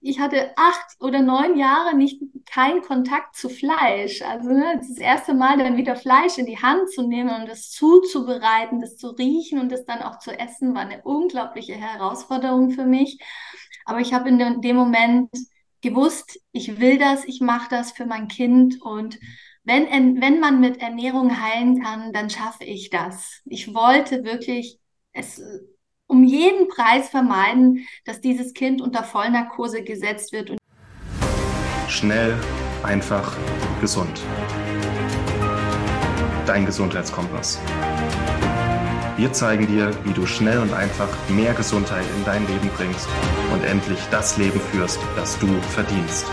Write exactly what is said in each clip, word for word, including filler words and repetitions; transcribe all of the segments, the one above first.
ich hatte acht oder neun Jahre nicht keinen Kontakt zu Fleisch. Also ne, das erste Mal dann wieder Fleisch in die Hand zu nehmen und das zuzubereiten, das zu riechen und das dann auch zu essen, war eine unglaubliche Herausforderung für mich. Aber ich habe in dem, dem Moment gewusst, ich will das, ich mache das für mein Kind und wenn, wenn man mit Ernährung heilen kann, dann schaffe ich das. Ich wollte wirklich es um jeden Preis vermeiden, dass dieses Kind unter Vollnarkose gesetzt wird. Schnell, einfach, gesund. Dein Gesundheitskompass. Wir zeigen dir, wie du schnell und einfach mehr Gesundheit in dein Leben bringst und endlich das Leben führst, das du verdienst.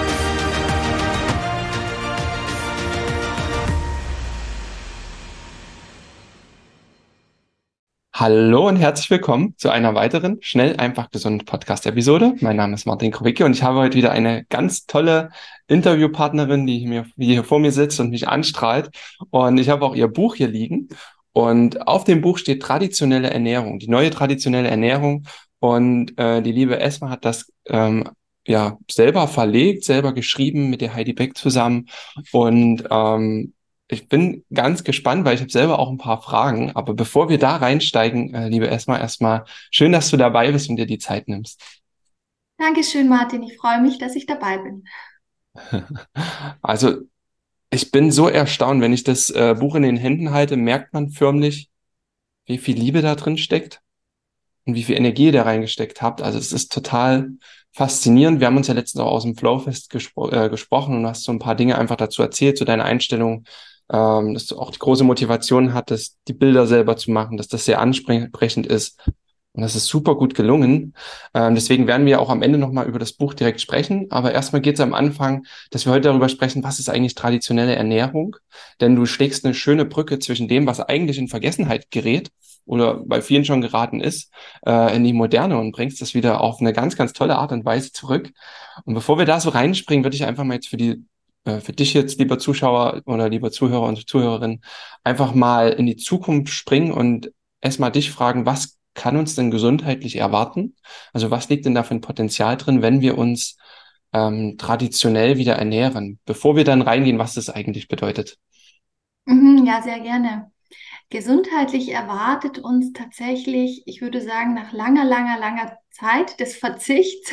Hallo und herzlich willkommen zu einer weiteren Schnell, einfach, gesund Podcast-Episode. Mein Name ist Martin Krowicki und ich habe heute wieder eine ganz tolle Interviewpartnerin, die mir, die hier vor mir sitzt und mich anstrahlt. Und ich habe auch ihr Buch hier liegen. Und auf dem Buch steht traditionelle Ernährung, die neue traditionelle Ernährung. Und äh, die liebe Esma hat das ähm, ja selber verlegt, selber geschrieben mit der Heidi Beck zusammen. Und ähm, ich bin ganz gespannt, weil ich habe selber auch ein paar Fragen. Aber bevor wir da reinsteigen, äh, liebe Esma, erstmal schön, dass du dabei bist und dir die Zeit nimmst. Dankeschön, Martin. Ich freue mich, dass ich dabei bin. Also ich bin so erstaunt, wenn ich das äh, Buch in den Händen halte, merkt man förmlich, wie viel Liebe da drin steckt und wie viel Energie ihr da reingesteckt habt. Also es ist total faszinierend. Wir haben uns ja letztens auch aus dem Flowfest gespro äh, gesprochen und du hast so ein paar Dinge einfach dazu erzählt, zu deiner Einstellung, ähm, dass du auch die große Motivation hattest, die Bilder selber zu machen, dass das sehr ansprechend ist. Und das ist super gut gelungen. Ähm, deswegen werden wir auch am Ende nochmal über das Buch direkt sprechen. Aber erstmal geht es am Anfang, dass wir heute darüber sprechen, was ist eigentlich traditionelle Ernährung? Denn du schlägst eine schöne Brücke zwischen dem, was eigentlich in Vergessenheit gerät oder bei vielen schon geraten ist, äh, in die Moderne und bringst das wieder auf eine ganz, ganz tolle Art und Weise zurück. Und bevor wir da so reinspringen, würde ich einfach mal jetzt für die äh, für dich jetzt, lieber Zuschauer oder lieber Zuhörer und Zuhörerin, einfach mal in die Zukunft springen und erstmal dich fragen, was kann uns denn gesundheitlich erwarten? Also was liegt denn da für ein Potenzial drin, wenn wir uns ähm, traditionell wieder ernähren, bevor wir dann reingehen, was das eigentlich bedeutet? Mhm, ja, sehr gerne. Gesundheitlich erwartet uns tatsächlich, ich würde sagen, nach langer, langer, langer Zeit des Verzichts,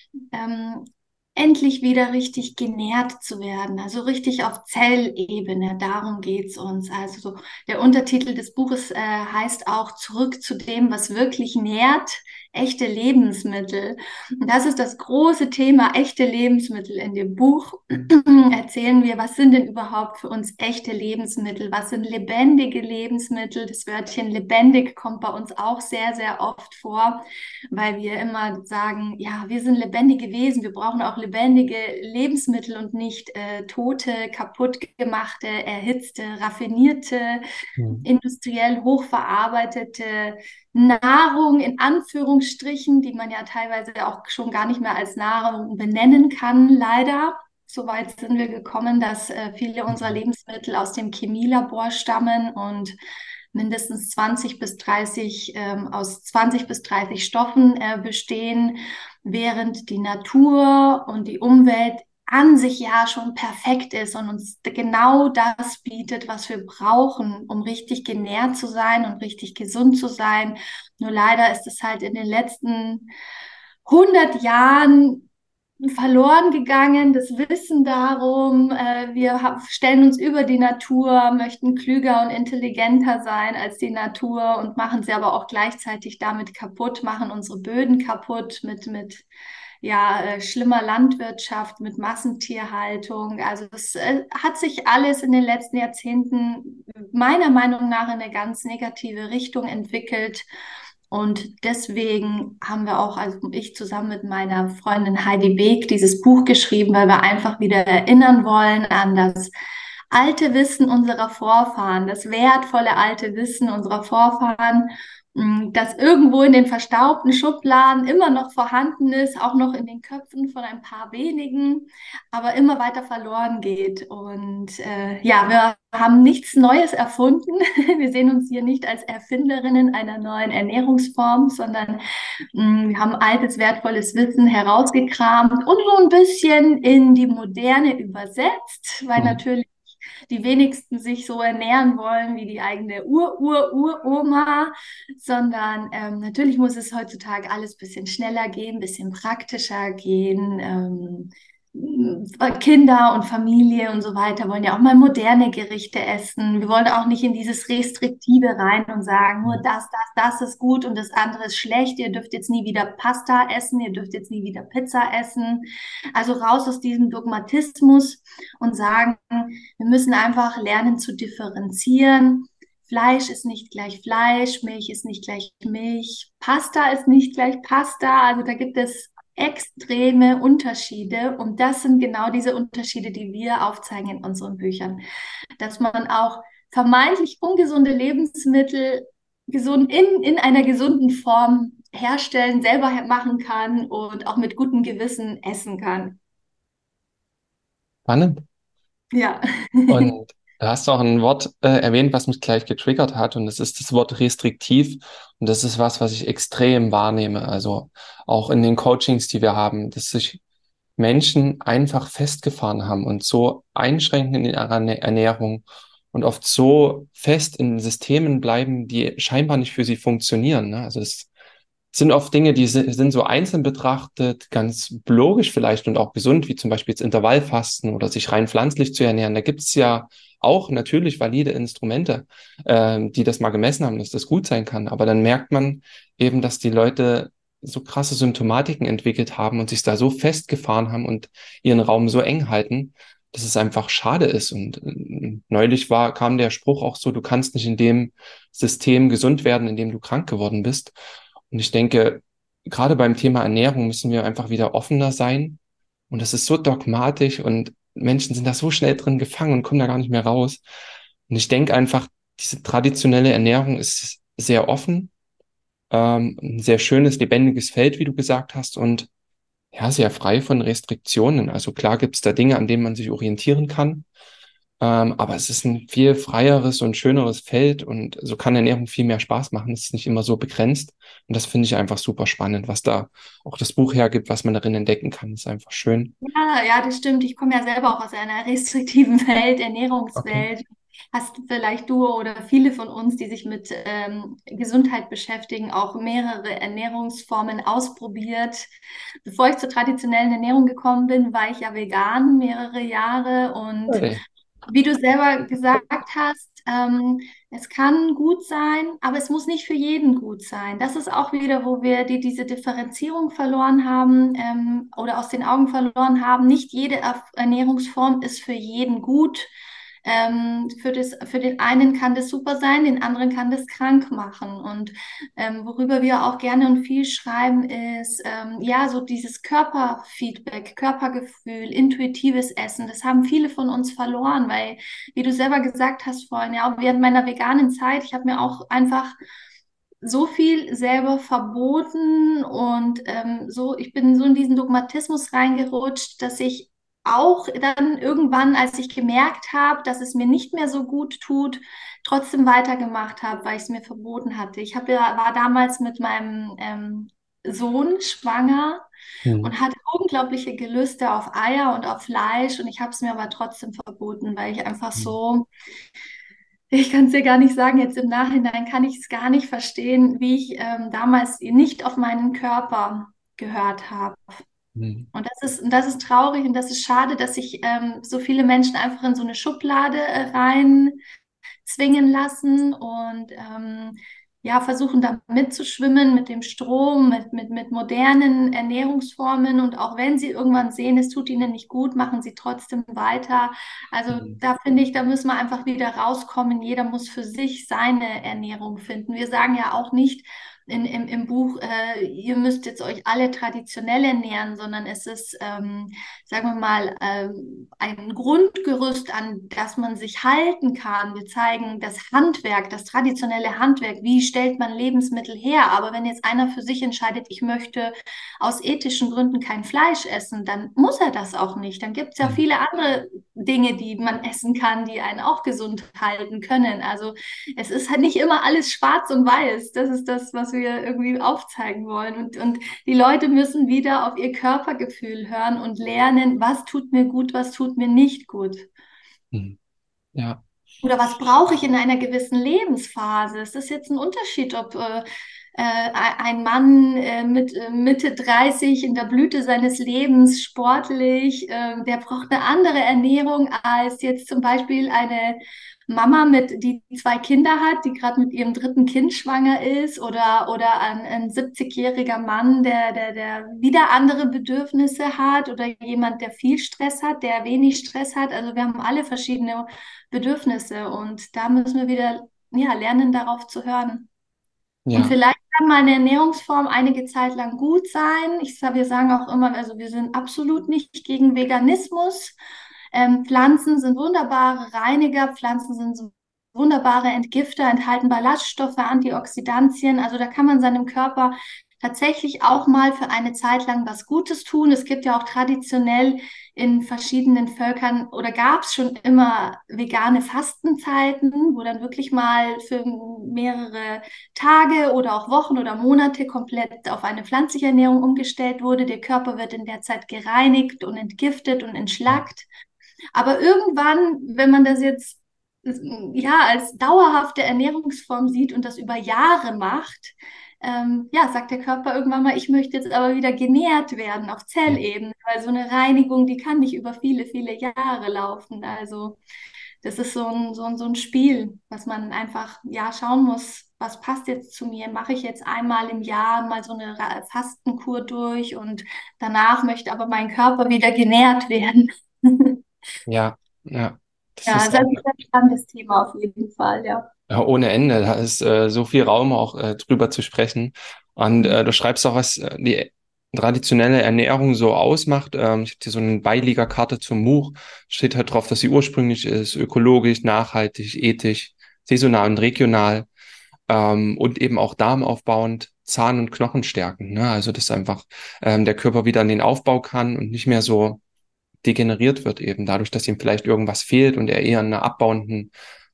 ähm, endlich wieder richtig genährt zu werden, also richtig auf Zellebene. Darum geht's uns. Also so, der Untertitel des Buches äh, heißt auch Zurück zu dem, was wirklich nährt, echte Lebensmittel. Und das ist das große Thema, echte Lebensmittel in dem Buch. Erzählen wir, was sind denn überhaupt für uns echte Lebensmittel? Was sind lebendige Lebensmittel? Das Wörtchen lebendig kommt bei uns auch sehr, sehr oft vor, weil wir immer sagen, ja, wir sind lebendige Wesen, wir brauchen auch lebendige Lebensmittel und nicht äh, tote, kaputt gemachte, erhitzte, raffinierte, Mhm. industriell hochverarbeitete Nahrung in Anführungsstrichen, die man ja teilweise auch schon gar nicht mehr als Nahrung benennen kann, leider. Soweit sind wir gekommen, dass äh, viele unserer Lebensmittel aus dem Chemielabor stammen und mindestens zwanzig bis dreißig ähm, aus zwanzig bis dreißig Stoffen äh, bestehen, während die Natur und die Umwelt an sich ja schon perfekt ist und uns genau das bietet, was wir brauchen, um richtig genährt zu sein und richtig gesund zu sein. Nur leider ist es halt in den letzten hundert Jahren verloren gegangen, das Wissen darum. Äh, wir hab, stellen uns über die Natur, möchten klüger und intelligenter sein als die Natur und machen sie aber auch gleichzeitig damit kaputt, machen unsere Böden kaputt mit, mit ja, äh, schlimmer Landwirtschaft, mit Massentierhaltung. Also es äh, hat sich alles in den letzten Jahrzehnten meiner Meinung nach in eine ganz negative Richtung entwickelt. Und deswegen haben wir auch, also ich zusammen mit meiner Freundin Heidi Beek, dieses Buch geschrieben, weil wir einfach wieder erinnern wollen an das alte Wissen unserer Vorfahren, das wertvolle alte Wissen unserer Vorfahren das irgendwo in den verstaubten Schubladen immer noch vorhanden ist, auch noch in den Köpfen von ein paar wenigen, aber immer weiter verloren geht. Und äh, ja, wir haben nichts Neues erfunden. Wir sehen uns hier nicht als Erfinderinnen einer neuen Ernährungsform, sondern mh, wir haben altes, wertvolles Wissen herausgekramt und so ein bisschen in die Moderne übersetzt, weil Mhm. natürlich die wenigsten sich so ernähren wollen wie die eigene Ur-Ur-Ur-Oma, sondern ähm, natürlich muss es heutzutage alles ein bisschen schneller gehen, ein bisschen praktischer gehen. Ähm, Kinder und Familie und so weiter wollen ja auch mal moderne Gerichte essen. Wir wollen auch nicht in dieses Restriktive rein und sagen, nur Mhm. das, das, das ist gut und das andere ist schlecht. Ihr dürft jetzt nie wieder Pasta essen, ihr dürft jetzt nie wieder Pizza essen. Also raus aus diesem Dogmatismus und sagen, wir müssen einfach lernen zu differenzieren. Fleisch ist nicht gleich Fleisch, Milch ist nicht gleich Milch, Pasta ist nicht gleich Pasta. Also da gibt es extreme Unterschiede und das sind genau diese Unterschiede, die wir aufzeigen in unseren Büchern, dass man auch vermeintlich ungesunde Lebensmittel gesund in, in einer gesunden Form herstellen, selber machen kann und auch mit gutem Gewissen essen kann. Spannend. Ja. Und da hast du auch ein Wort äh, erwähnt, was mich gleich getriggert hat, und das ist das Wort restriktiv. Und das ist was, was ich extrem wahrnehme. Also auch in den Coachings, die wir haben, dass sich Menschen einfach festgefahren haben und so einschränken in ihrer Erne- Ernährung und oft so fest in Systemen bleiben, die scheinbar nicht für sie funktionieren. Ne? Also das sind oft Dinge, die si- sind so einzeln betrachtet, ganz logisch vielleicht und auch gesund, wie zum Beispiel jetzt Intervallfasten oder sich rein pflanzlich zu ernähren. Da gibt es ja auch natürlich valide Instrumente, ähm, die das mal gemessen haben, dass das gut sein kann. Aber dann merkt man eben, dass die Leute so krasse Symptomatiken entwickelt haben und sich da so festgefahren haben und ihren Raum so eng halten, dass es einfach schade ist. Und äh, neulich war, kam der Spruch auch so, du kannst nicht in dem System gesund werden, in dem du krank geworden bist. Und ich denke, gerade beim Thema Ernährung müssen wir einfach wieder offener sein. Und das ist so dogmatisch und Menschen sind da so schnell drin gefangen und kommen da gar nicht mehr raus. Und ich denke einfach, diese traditionelle Ernährung ist sehr offen, ähm, ein sehr schönes, lebendiges Feld, wie du gesagt hast, und ja, sehr frei von Restriktionen. Also klar gibt es da Dinge, an denen man sich orientieren kann. Ähm, aber es ist ein viel freieres und schöneres Feld und so kann Ernährung viel mehr Spaß machen. Es ist nicht immer so begrenzt. Und das finde ich einfach super spannend, was da auch das Buch hergibt, was man darin entdecken kann. Ist einfach schön. Ja, ja, das stimmt. Ich komme ja selber auch aus einer restriktiven Welt, Okay. Ernährungswelt. Hast vielleicht du oder viele von uns, die sich mit ähm, Gesundheit beschäftigen, auch mehrere Ernährungsformen ausprobiert. Bevor ich zur traditionellen Ernährung gekommen bin, war ich ja vegan mehrere Jahre und Hey. wie du selber gesagt hast, ähm, es kann gut sein, aber es muss nicht für jeden gut sein. Das ist auch wieder, wo wir die, diese Differenzierung verloren haben ähm, oder aus den Augen verloren haben. Nicht jede Er- Ernährungsform ist für jeden gut. Ähm, für das, für den einen kann das super sein, den anderen kann das krank machen. Und ähm, worüber wir auch gerne und viel schreiben, ist ähm, ja so dieses Körperfeedback, Körpergefühl, intuitives Essen. Das haben viele von uns verloren, weil, wie du selber gesagt hast vorhin, ja, auch während meiner veganen Zeit, ich habe mir auch einfach so viel selber verboten und ähm, so, ich bin so in diesen Dogmatismus reingerutscht, dass ich auch dann irgendwann, als ich gemerkt habe, dass es mir nicht mehr so gut tut, trotzdem weitergemacht habe, weil ich es mir verboten hatte. Ich hab, ja- war damals mit meinem ähm, Sohn schwanger Hm. und hatte unglaubliche Gelüste auf Eier und auf Fleisch und ich habe es mir aber trotzdem verboten, weil ich einfach Hm. so ich kann es dir gar nicht sagen, jetzt im Nachhinein kann ich es gar nicht verstehen, wie ich ähm, damals nicht auf meinen Körper gehört habe. Hm. Und das ist, und das ist traurig und das ist schade, dass sich ähm, so viele Menschen einfach in so eine Schublade äh, rein zwingen lassen und ähm, ja, versuchen da mitzuschwimmen mit dem Strom, mit, mit, mit modernen Ernährungsformen. Und auch wenn sie irgendwann sehen, es tut ihnen nicht gut, machen sie trotzdem weiter. Also Hm. da finde ich, da müssen wir einfach wieder rauskommen. Jeder muss für sich seine Ernährung finden. Wir sagen ja auch nicht, in, im, im Buch, äh, ihr müsst jetzt euch alle traditionell ernähren, sondern es ist, ähm, sagen wir mal, ähm, ein Grundgerüst, an das man sich halten kann. Wir zeigen das Handwerk, das traditionelle Handwerk, wie stellt man Lebensmittel her. Aber wenn jetzt einer für sich entscheidet, ich möchte aus ethischen Gründen kein Fleisch essen, dann muss er das auch nicht. Dann gibt es ja viele andere Dinge, die man essen kann, die einen auch gesund halten können. Also es ist halt nicht immer alles schwarz und weiß. Das ist das, was wir irgendwie aufzeigen wollen. Und, und die Leute müssen wieder auf ihr Körpergefühl hören und lernen, was tut mir gut, was tut mir nicht gut. Mhm. Ja. Oder was brauche ich in einer gewissen Lebensphase? Es ist jetzt ein Unterschied, ob äh, äh, ein Mann äh, mit äh, Mitte dreißig in der Blüte seines Lebens sportlich, äh, der braucht eine andere Ernährung als jetzt zum Beispiel eine Mama mit, die zwei Kinder hat, die gerade mit ihrem dritten Kind schwanger ist, oder, oder ein, ein siebzig-jähriger Mann, der, der, der wieder andere Bedürfnisse hat, oder jemand, der viel Stress hat, der wenig Stress hat. Also wir haben alle verschiedene Bedürfnisse und da müssen wir wieder ja, lernen, darauf zu hören. Und Ja. vielleicht kann mal eine Ernährungsform einige Zeit lang gut sein. Ich sag, wir sagen auch immer, also wir sind absolut nicht gegen Veganismus. Ähm, Pflanzen sind wunderbare Reiniger, Pflanzen sind so wunderbare Entgifter, enthalten Ballaststoffe, Antioxidantien. Also da kann man seinem Körper tatsächlich auch mal für eine Zeit lang was Gutes tun. Es gibt ja auch traditionell in verschiedenen Völkern oder gab es schon immer vegane Fastenzeiten, wo dann wirklich mal für mehrere Tage oder auch Wochen oder Monate komplett auf eine pflanzliche Ernährung umgestellt wurde. Der Körper wird in der Zeit gereinigt und entgiftet und entschlackt. Aber irgendwann, wenn man das jetzt ja als dauerhafte Ernährungsform sieht und das über Jahre macht, ähm, ja, sagt der Körper irgendwann mal, ich möchte jetzt aber wieder genährt werden auf Zellebene, weil so eine Reinigung, die kann nicht über viele, viele Jahre laufen. Also das ist so ein, so ein, so ein Spiel, was man einfach ja schauen muss, was passt jetzt zu mir? Mache ich jetzt einmal im Jahr mal so eine Ra- Fastenkur durch und danach möchte aber mein Körper wieder genährt werden. Ja. Ja. Das Ja, ist das ist auch ein sehr spannendes Thema auf jeden Fall, ja. ja, ohne Ende. Da ist äh, so viel Raum auch äh, drüber zu sprechen. Und Mhm. äh, du schreibst auch, was äh, die traditionelle Ernährung so ausmacht. Ähm, ich habe hier so eine Beilegerkarte zum Buch. Steht halt drauf, dass sie ursprünglich ist, ökologisch, nachhaltig, ethisch, saisonal und regional, ähm, und eben auch darmaufbauend, Zahn- und Knochenstärken. Ne? Also dass einfach ähm, der Körper wieder in den Aufbau kann und nicht mehr so degeneriert wird, eben dadurch, dass ihm vielleicht irgendwas fehlt und er eher in einer abbauenden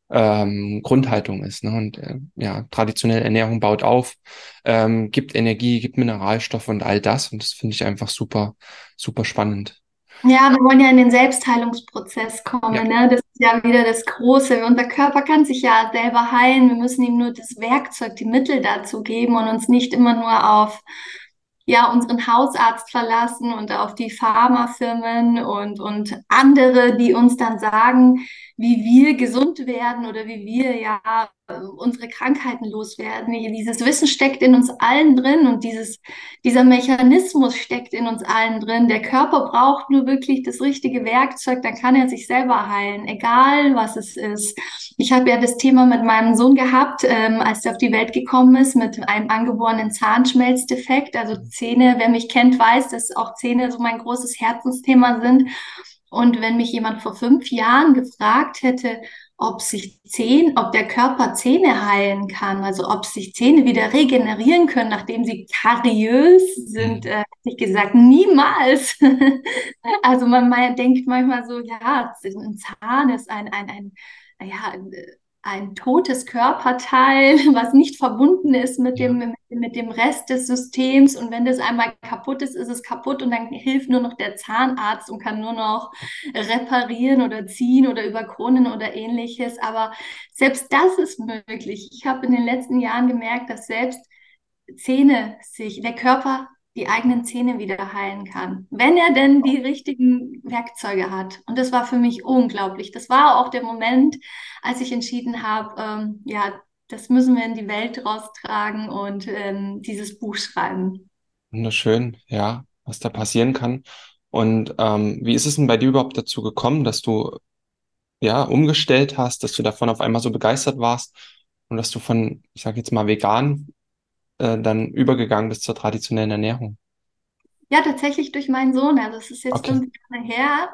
ähm, Grundhaltung ist. Ne? Und äh, ja, traditionelle Ernährung baut auf, ähm, gibt Energie, gibt Mineralstoffe und all das. Und das finde ich einfach super, super spannend. Ja, wir wollen ja in den Selbstheilungsprozess Ja, kommen, ne? Das ist ja wieder das Große. Unser Körper kann sich ja selber heilen. Wir müssen ihm nur das Werkzeug, die Mittel dazu geben und uns nicht immer nur auf ja, unseren Hausarzt verlassen und auf die Pharmafirmen und, und andere, die uns dann sagen, wie wir gesund werden oder wie wir ja unsere Krankheiten loswerden. Dieses Wissen steckt in uns allen drin und dieses, dieser Mechanismus steckt in uns allen drin. Der Körper braucht nur wirklich das richtige Werkzeug, dann kann er sich selber heilen, egal was es ist. Ich habe ja das Thema mit meinem Sohn gehabt, ähm, als er auf die Welt gekommen ist, mit einem angeborenen Zahnschmelzdefekt. Also Zähne, wer mich kennt, weiß, dass auch Zähne so mein großes Herzensthema sind. Und wenn mich jemand vor fünf Jahren gefragt hätte, ob sich Zähne, ob der Körper Zähne heilen kann, also ob sich Zähne wieder regenerieren können, nachdem sie kariös sind, äh, hätte ich gesagt, niemals. Also man, man denkt manchmal so, ja, ein Zahn ist ein, ein, ein, ja, ein, ein totes Körperteil, was nicht verbunden ist mit ja, dem, mit dem Rest des Systems. Und wenn das einmal kaputt ist, ist es kaputt und dann hilft nur noch der Zahnarzt und kann nur noch reparieren oder ziehen oder über Kronen oder ähnliches. Aber selbst das ist möglich. Ich habe in den letzten Jahren gemerkt, dass selbst Zähne sich, der Körper die eigenen Zähne wieder heilen kann, wenn er denn die richtigen Werkzeuge hat. Und das war für mich unglaublich. Das war auch der Moment, als ich entschieden habe, ähm, ja, das müssen wir in die Welt raustragen und ähm, dieses Buch schreiben. wunderschön, ja, was da passieren kann. Und ähm, wie ist es denn bei dir überhaupt dazu gekommen, dass du ja umgestellt hast, dass du davon auf einmal so begeistert warst und dass du von, ich sage jetzt mal, vegan äh, dann übergegangen bist zur traditionellen Ernährung? Ja, tatsächlich durch meinen Sohn. Also es ist jetzt Okay. fünf Jahre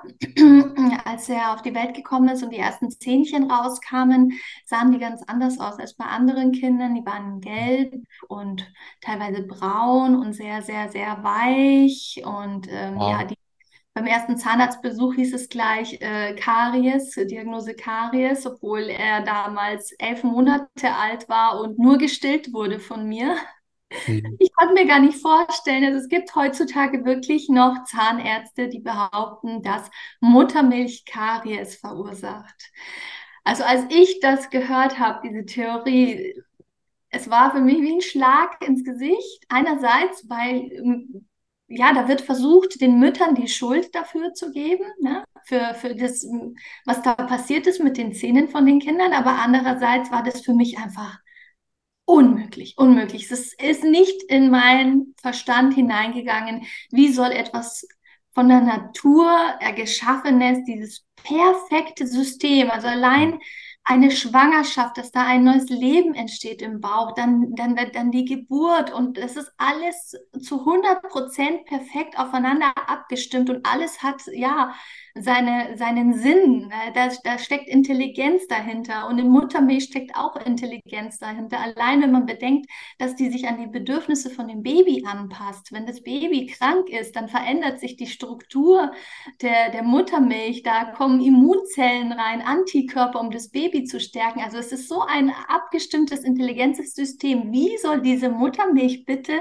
her, als er auf die Welt gekommen ist und die ersten Zähnchen rauskamen, sahen die ganz anders aus als bei anderen Kindern. Die waren gelb und teilweise braun und sehr, sehr, sehr weich. Und ähm, ja, Wow. die, beim ersten Zahnarztbesuch hieß es gleich äh, Karies, Diagnose Karies, obwohl er damals elf Monate alt war und nur gestillt wurde von mir. Mhm. Ich konnte mir gar nicht vorstellen, also es gibt heutzutage wirklich noch Zahnärzte, die behaupten, dass Muttermilch Karies verursacht. Also als ich das gehört habe, diese Theorie, es war für mich wie ein Schlag ins Gesicht. Einerseits, weil ähm, ja, da wird versucht, den Müttern die Schuld dafür zu geben, ne? Für, für das, was da passiert ist mit den Zähnen von den Kindern. Aber andererseits war das für mich einfach unmöglich, unmöglich. Es ist nicht in meinen Verstand hineingegangen. Wie soll etwas von der Natur äh, geschaffenes, dieses perfekte System, also allein eine Schwangerschaft, dass da ein neues Leben entsteht im Bauch, dann, dann, dann die Geburt und es ist alles zu hundert Prozent perfekt aufeinander abgestimmt und alles hat, ja, seine, seinen Sinn. Äh, Da, da steckt Intelligenz dahinter und in Muttermilch steckt auch Intelligenz dahinter. Allein wenn man bedenkt, dass die sich an die Bedürfnisse von dem Baby anpasst. Wenn das Baby krank ist, dann verändert sich die Struktur der, der Muttermilch. Da kommen Immunzellen rein, Antikörper, um das Baby zu stärken. Also es ist so ein abgestimmtes, intelligentes System. Wie soll diese Muttermilch bitte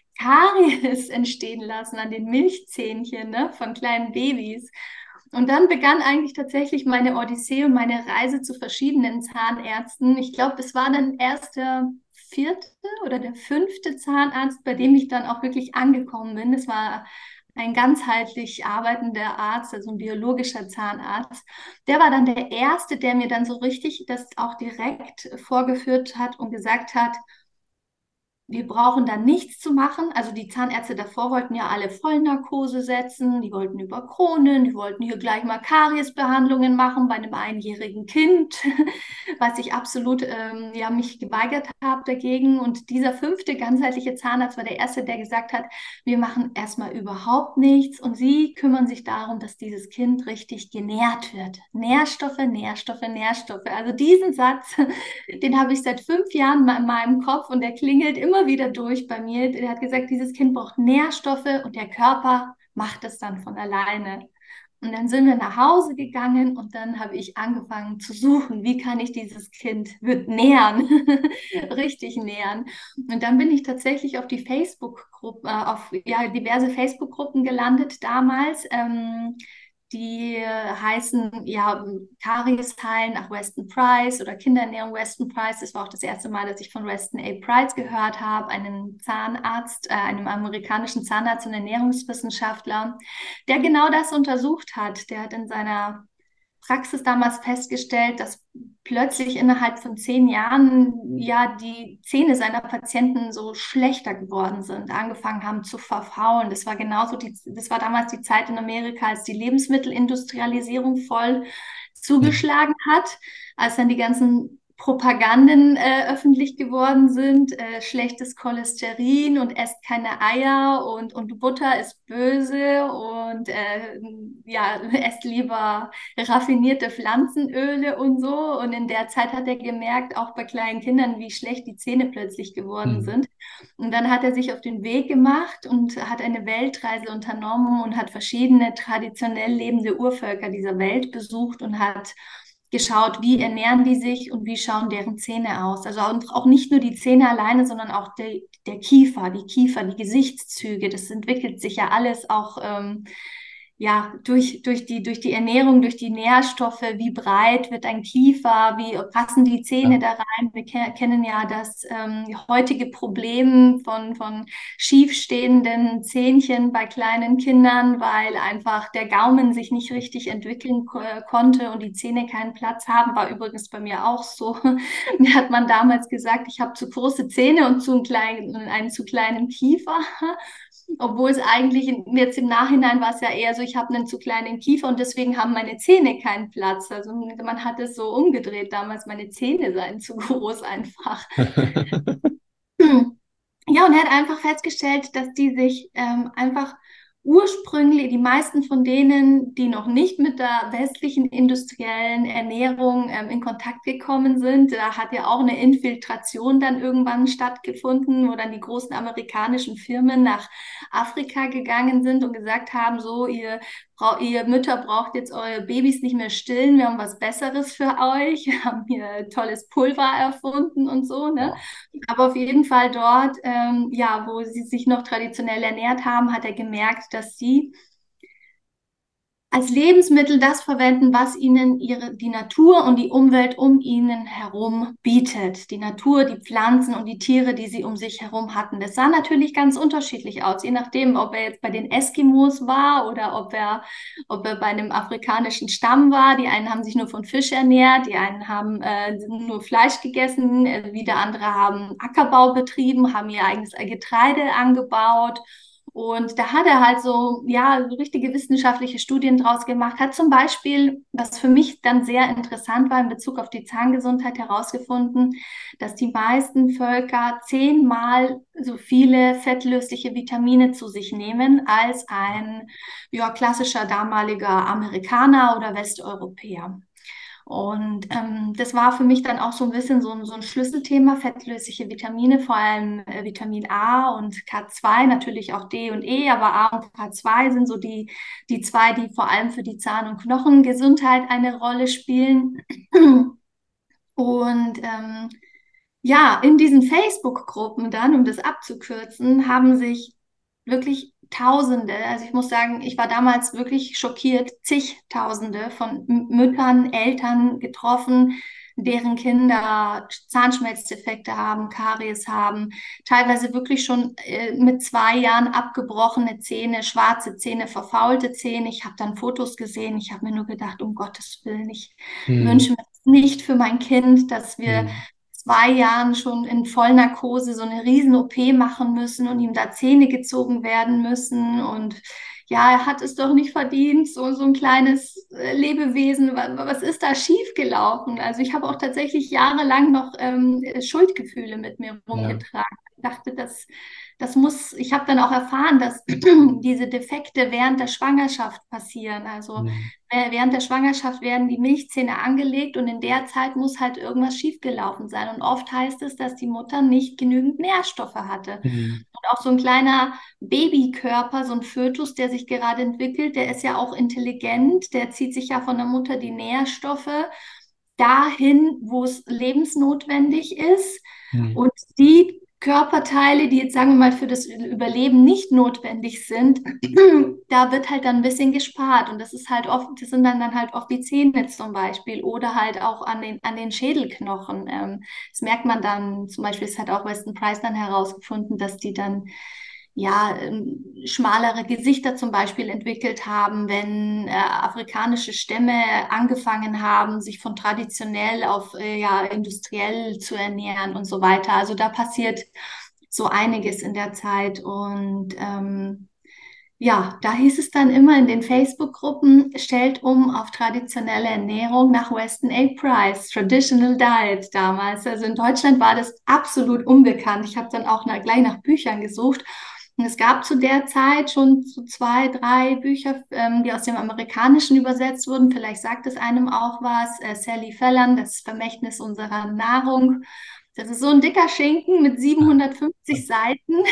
Karies entstehen lassen an den Milchzähnchen, ne, von kleinen Babys? Und dann begann eigentlich tatsächlich meine Odyssee und meine Reise zu verschiedenen Zahnärzten. Ich glaube, es war dann erst der vierte oder der fünfte Zahnarzt, bei dem ich dann auch wirklich angekommen bin. Es war ein ganzheitlich arbeitender Arzt, also ein biologischer Zahnarzt. Der war dann der erste, der mir dann so richtig das auch direkt vorgeführt hat und gesagt hat, wir brauchen da nichts zu machen. Also die Zahnärzte davor wollten ja alle Vollnarkose setzen, die wollten über Kronen, die wollten hier gleich mal Kariesbehandlungen machen bei einem einjährigen Kind, was ich absolut ähm, ja, mich geweigert habe dagegen. Und dieser fünfte ganzheitliche Zahnarzt war der erste, der gesagt hat, wir machen erstmal überhaupt nichts und Sie kümmern sich darum, dass dieses Kind richtig genährt wird. Nährstoffe, Nährstoffe, Nährstoffe. Also diesen Satz, den habe ich seit fünf Jahren in meinem Kopf und der klingelt immer wieder durch bei mir. Der hat gesagt, dieses Kind braucht Nährstoffe und der Körper macht es dann von alleine. Und dann sind wir nach Hause gegangen und dann habe ich angefangen zu suchen, wie kann ich dieses Kind wird nähern, richtig nähern. Und dann bin ich tatsächlich auf die Facebook-Gruppe, äh, auf ja, diverse Facebook-Gruppen gelandet damals. Ähm, die heißen ja Kariesheilen nach Weston Price oder Kinderernährung Weston Price. Das war auch das erste Mal, dass ich von Weston A. Price gehört habe, einem Zahnarzt, äh, einem amerikanischen Zahnarzt und Ernährungswissenschaftler, der genau das untersucht hat. Der hat in seiner Praxis damals festgestellt, dass plötzlich innerhalb von zehn Jahren ja die Zähne seiner Patienten so schlechter geworden sind, angefangen haben zu verfaulen. Das war genauso die, das war damals die Zeit in Amerika, als die Lebensmittelindustrialisierung voll Mhm. zugeschlagen hat, als dann die ganzen Propaganden äh, öffentlich geworden sind, äh, schlechtes Cholesterin und esst keine Eier und, und Butter ist böse und äh, ja, esst lieber raffinierte Pflanzenöle und so. Und in der Zeit hat er gemerkt, auch bei kleinen Kindern, wie schlecht die Zähne plötzlich geworden Mhm. sind. Und dann hat er sich auf den Weg gemacht und hat eine Weltreise unternommen und hat verschiedene traditionell lebende Urvölker dieser Welt besucht und hat geschaut, wie ernähren die sich und wie schauen deren Zähne aus. Also auch nicht nur die Zähne alleine, sondern auch der, der Kiefer, die Kiefer, die Gesichtszüge. Das entwickelt sich ja alles auch ähm, ja, durch, durch die, durch die Ernährung, durch die Nährstoffe, wie breit wird ein Kiefer, wie passen die Zähne Ja. da rein. Wir ke kennen ja das ähm, heutige Problem von, von schiefstehenden Zähnchen bei kleinen Kindern, weil einfach der Gaumen sich nicht richtig entwickeln ko konnte und die Zähne keinen Platz haben. War übrigens bei mir auch so. Mir hat man damals gesagt, ich habe zu große Zähne und zu einen kleinen, einen zu kleinen Kiefer. Obwohl es eigentlich jetzt im Nachhinein war es ja eher so, ich habe einen zu kleinen Kiefer und deswegen haben meine Zähne keinen Platz. Also man hat es so umgedreht damals, meine Zähne seien zu groß einfach. Ja, Ja, und er hat einfach festgestellt, dass die sich ähm, einfach ursprünglich, die meisten von denen, die noch nicht mit der westlichen industriellen Ernährung ähm, in Kontakt gekommen sind, da hat ja auch eine Infiltration dann irgendwann stattgefunden, wo dann die großen amerikanischen Firmen nach Afrika gegangen sind und gesagt haben, so, ihr, brau- ihr Mütter braucht jetzt eure Babys nicht mehr stillen, wir haben was Besseres für euch, wir haben hier tolles Pulver erfunden und so, ne? Wow. Aber auf jeden Fall dort, ähm, ja, wo sie sich noch traditionell ernährt haben, hat er gemerkt, dass sie als Lebensmittel das verwenden, was ihnen ihre, die Natur und die Umwelt um ihnen herum bietet. Die Natur, die Pflanzen und die Tiere, die sie um sich herum hatten. Das sah natürlich ganz unterschiedlich aus, je nachdem, ob er jetzt bei den Eskimos war oder ob er, ob er bei einem afrikanischen Stamm war. Die einen haben sich nur von Fisch ernährt, die einen haben äh, nur Fleisch gegessen, äh, wieder andere haben Ackerbau betrieben, haben ihr eigenes Getreide angebaut. Und da hat er halt so, ja, so richtige wissenschaftliche Studien draus gemacht, hat zum Beispiel, was für mich dann sehr interessant war in Bezug auf die Zahngesundheit, herausgefunden, dass die meisten Völker zehnmal so viele fettlösliche Vitamine zu sich nehmen als ein, ja, klassischer damaliger Amerikaner oder Westeuropäer. Und ähm, das war für mich dann auch so ein bisschen so ein, so ein Schlüsselthema, fettlösliche Vitamine, vor allem äh, Vitamin A und K zwei, natürlich auch D und E, aber A und K zwei sind so die, die zwei, die vor allem für die Zahn- und Knochengesundheit eine Rolle spielen. Und ähm, ja, in diesen Facebook-Gruppen dann, um das abzukürzen, haben sich wirklich Tausende, also ich muss sagen, ich war damals wirklich schockiert, zigtausende von M- Müttern, Eltern getroffen, deren Kinder Zahnschmelzdefekte haben, Karies haben, teilweise wirklich schon äh, mit zwei Jahren abgebrochene Zähne, schwarze Zähne, verfaulte Zähne. Ich habe dann Fotos gesehen, ich habe mir nur gedacht, um Gottes Willen, ich Hm. wünsche mir das nicht für mein Kind, dass wir Hm. zwei Jahren schon in Vollnarkose so eine riesen-O P machen müssen und ihm da Zähne gezogen werden müssen. Und ja, er hat es doch nicht verdient, so, so ein kleines äh, Lebewesen. Was, was ist da schiefgelaufen? Also ich habe auch tatsächlich jahrelang noch ähm, Schuldgefühle mit mir Ja. rumgetragen. Ich dachte, das, das muss, ich habe dann auch erfahren, dass diese Defekte während der Schwangerschaft passieren. Also Hm. äh, während der Schwangerschaft werden die Milchzähne angelegt und in der Zeit muss halt irgendwas schiefgelaufen sein. Und oft heißt es, dass die Mutter nicht genügend Nährstoffe hatte. Hm. Und auch so ein kleiner Babykörper, so ein Fötus, der sich gerade entwickelt, der ist ja auch intelligent, der zieht sich ja von der Mutter die Nährstoffe dahin, wo es lebensnotwendig ist. Hm. Und die Körperteile, die jetzt sagen wir mal für das Überleben nicht notwendig sind, da wird halt dann ein bisschen gespart. Und das ist halt oft, das sind dann, dann halt oft die Zähne zum Beispiel oder halt auch an den, an den Schädelknochen. Ähm, das merkt man dann, zum Beispiel, es hat auch Weston Price dann herausgefunden, dass die dann ja, ähm, schmalere Gesichter zum Beispiel entwickelt haben, wenn äh, afrikanische Stämme angefangen haben, sich von traditionell auf äh, ja, industriell zu ernähren und so weiter. Also da passiert so einiges in der Zeit. Und ähm, ja, da hieß es dann immer in den Facebook-Gruppen, stellt um auf traditionelle Ernährung nach Weston A. Price, Traditional Diet damals. Also in Deutschland war das absolut unbekannt. Ich habe dann auch nach, gleich nach Büchern gesucht. Und es gab zu der Zeit schon so zwei, drei Bücher, ähm, die aus dem Amerikanischen übersetzt wurden. Vielleicht sagt es einem auch was. Äh, Sally Fallon, Das Vermächtnis unserer Nahrung. Das ist so ein dicker Schinken mit siebenhundertfünfzig Seiten.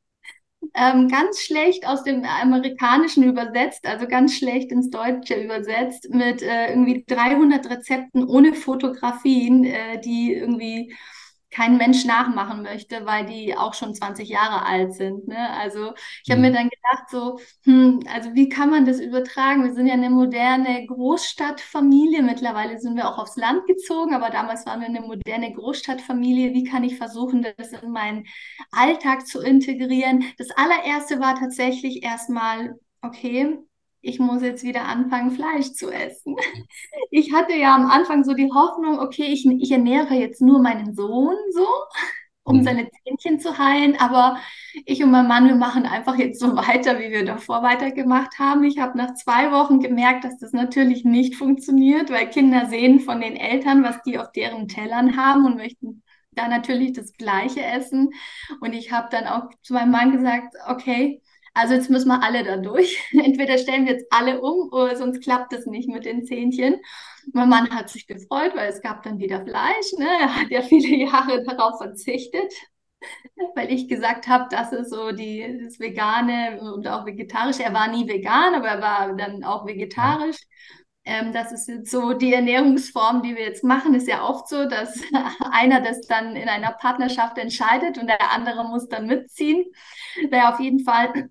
Ähm, ganz schlecht aus dem Amerikanischen übersetzt, also ganz schlecht ins Deutsche übersetzt, mit äh, irgendwie dreihundert Rezepten ohne Fotografien, äh, die irgendwie kein Mensch nachmachen möchte, weil die auch schon zwanzig Jahre alt sind. Ne? Also ich habe mir Hm. dann gedacht, so, hm, also wie kann man das übertragen? Wir sind ja eine moderne Großstadtfamilie. Mittlerweile sind wir auch aufs Land gezogen, aber damals waren wir eine moderne Großstadtfamilie. Wie kann ich versuchen, das in meinen Alltag zu integrieren? Das allererste war tatsächlich erstmal, okay, ich muss jetzt wieder anfangen, Fleisch zu essen. Ich hatte ja am Anfang so die Hoffnung, okay, ich, ich ernähre jetzt nur meinen Sohn so, um Hm. seine Zähnchen zu heilen, aber ich und mein Mann, wir machen einfach jetzt so weiter, wie wir davor weitergemacht haben. Ich habe nach zwei Wochen gemerkt, dass das natürlich nicht funktioniert, weil Kinder sehen von den Eltern, was die auf deren Tellern haben und möchten da natürlich das Gleiche essen. Und ich habe dann auch zu meinem Mann gesagt, okay, also jetzt müssen wir alle da durch. Entweder stellen wir jetzt alle um oder sonst klappt es nicht mit den Zähnchen. Mein Mann hat sich gefreut, weil es gab dann wieder Fleisch. Ne? Er hat ja viele Jahre darauf verzichtet, weil ich gesagt habe, das ist so die, das Vegane und auch Vegetarische. Er war nie vegan, aber er war dann auch Ja. vegetarisch. Ähm, das ist jetzt so die Ernährungsform, die wir jetzt machen. Ist ja oft so, dass einer das dann in einer Partnerschaft entscheidet und der andere muss dann mitziehen. Naja, auf jeden Fall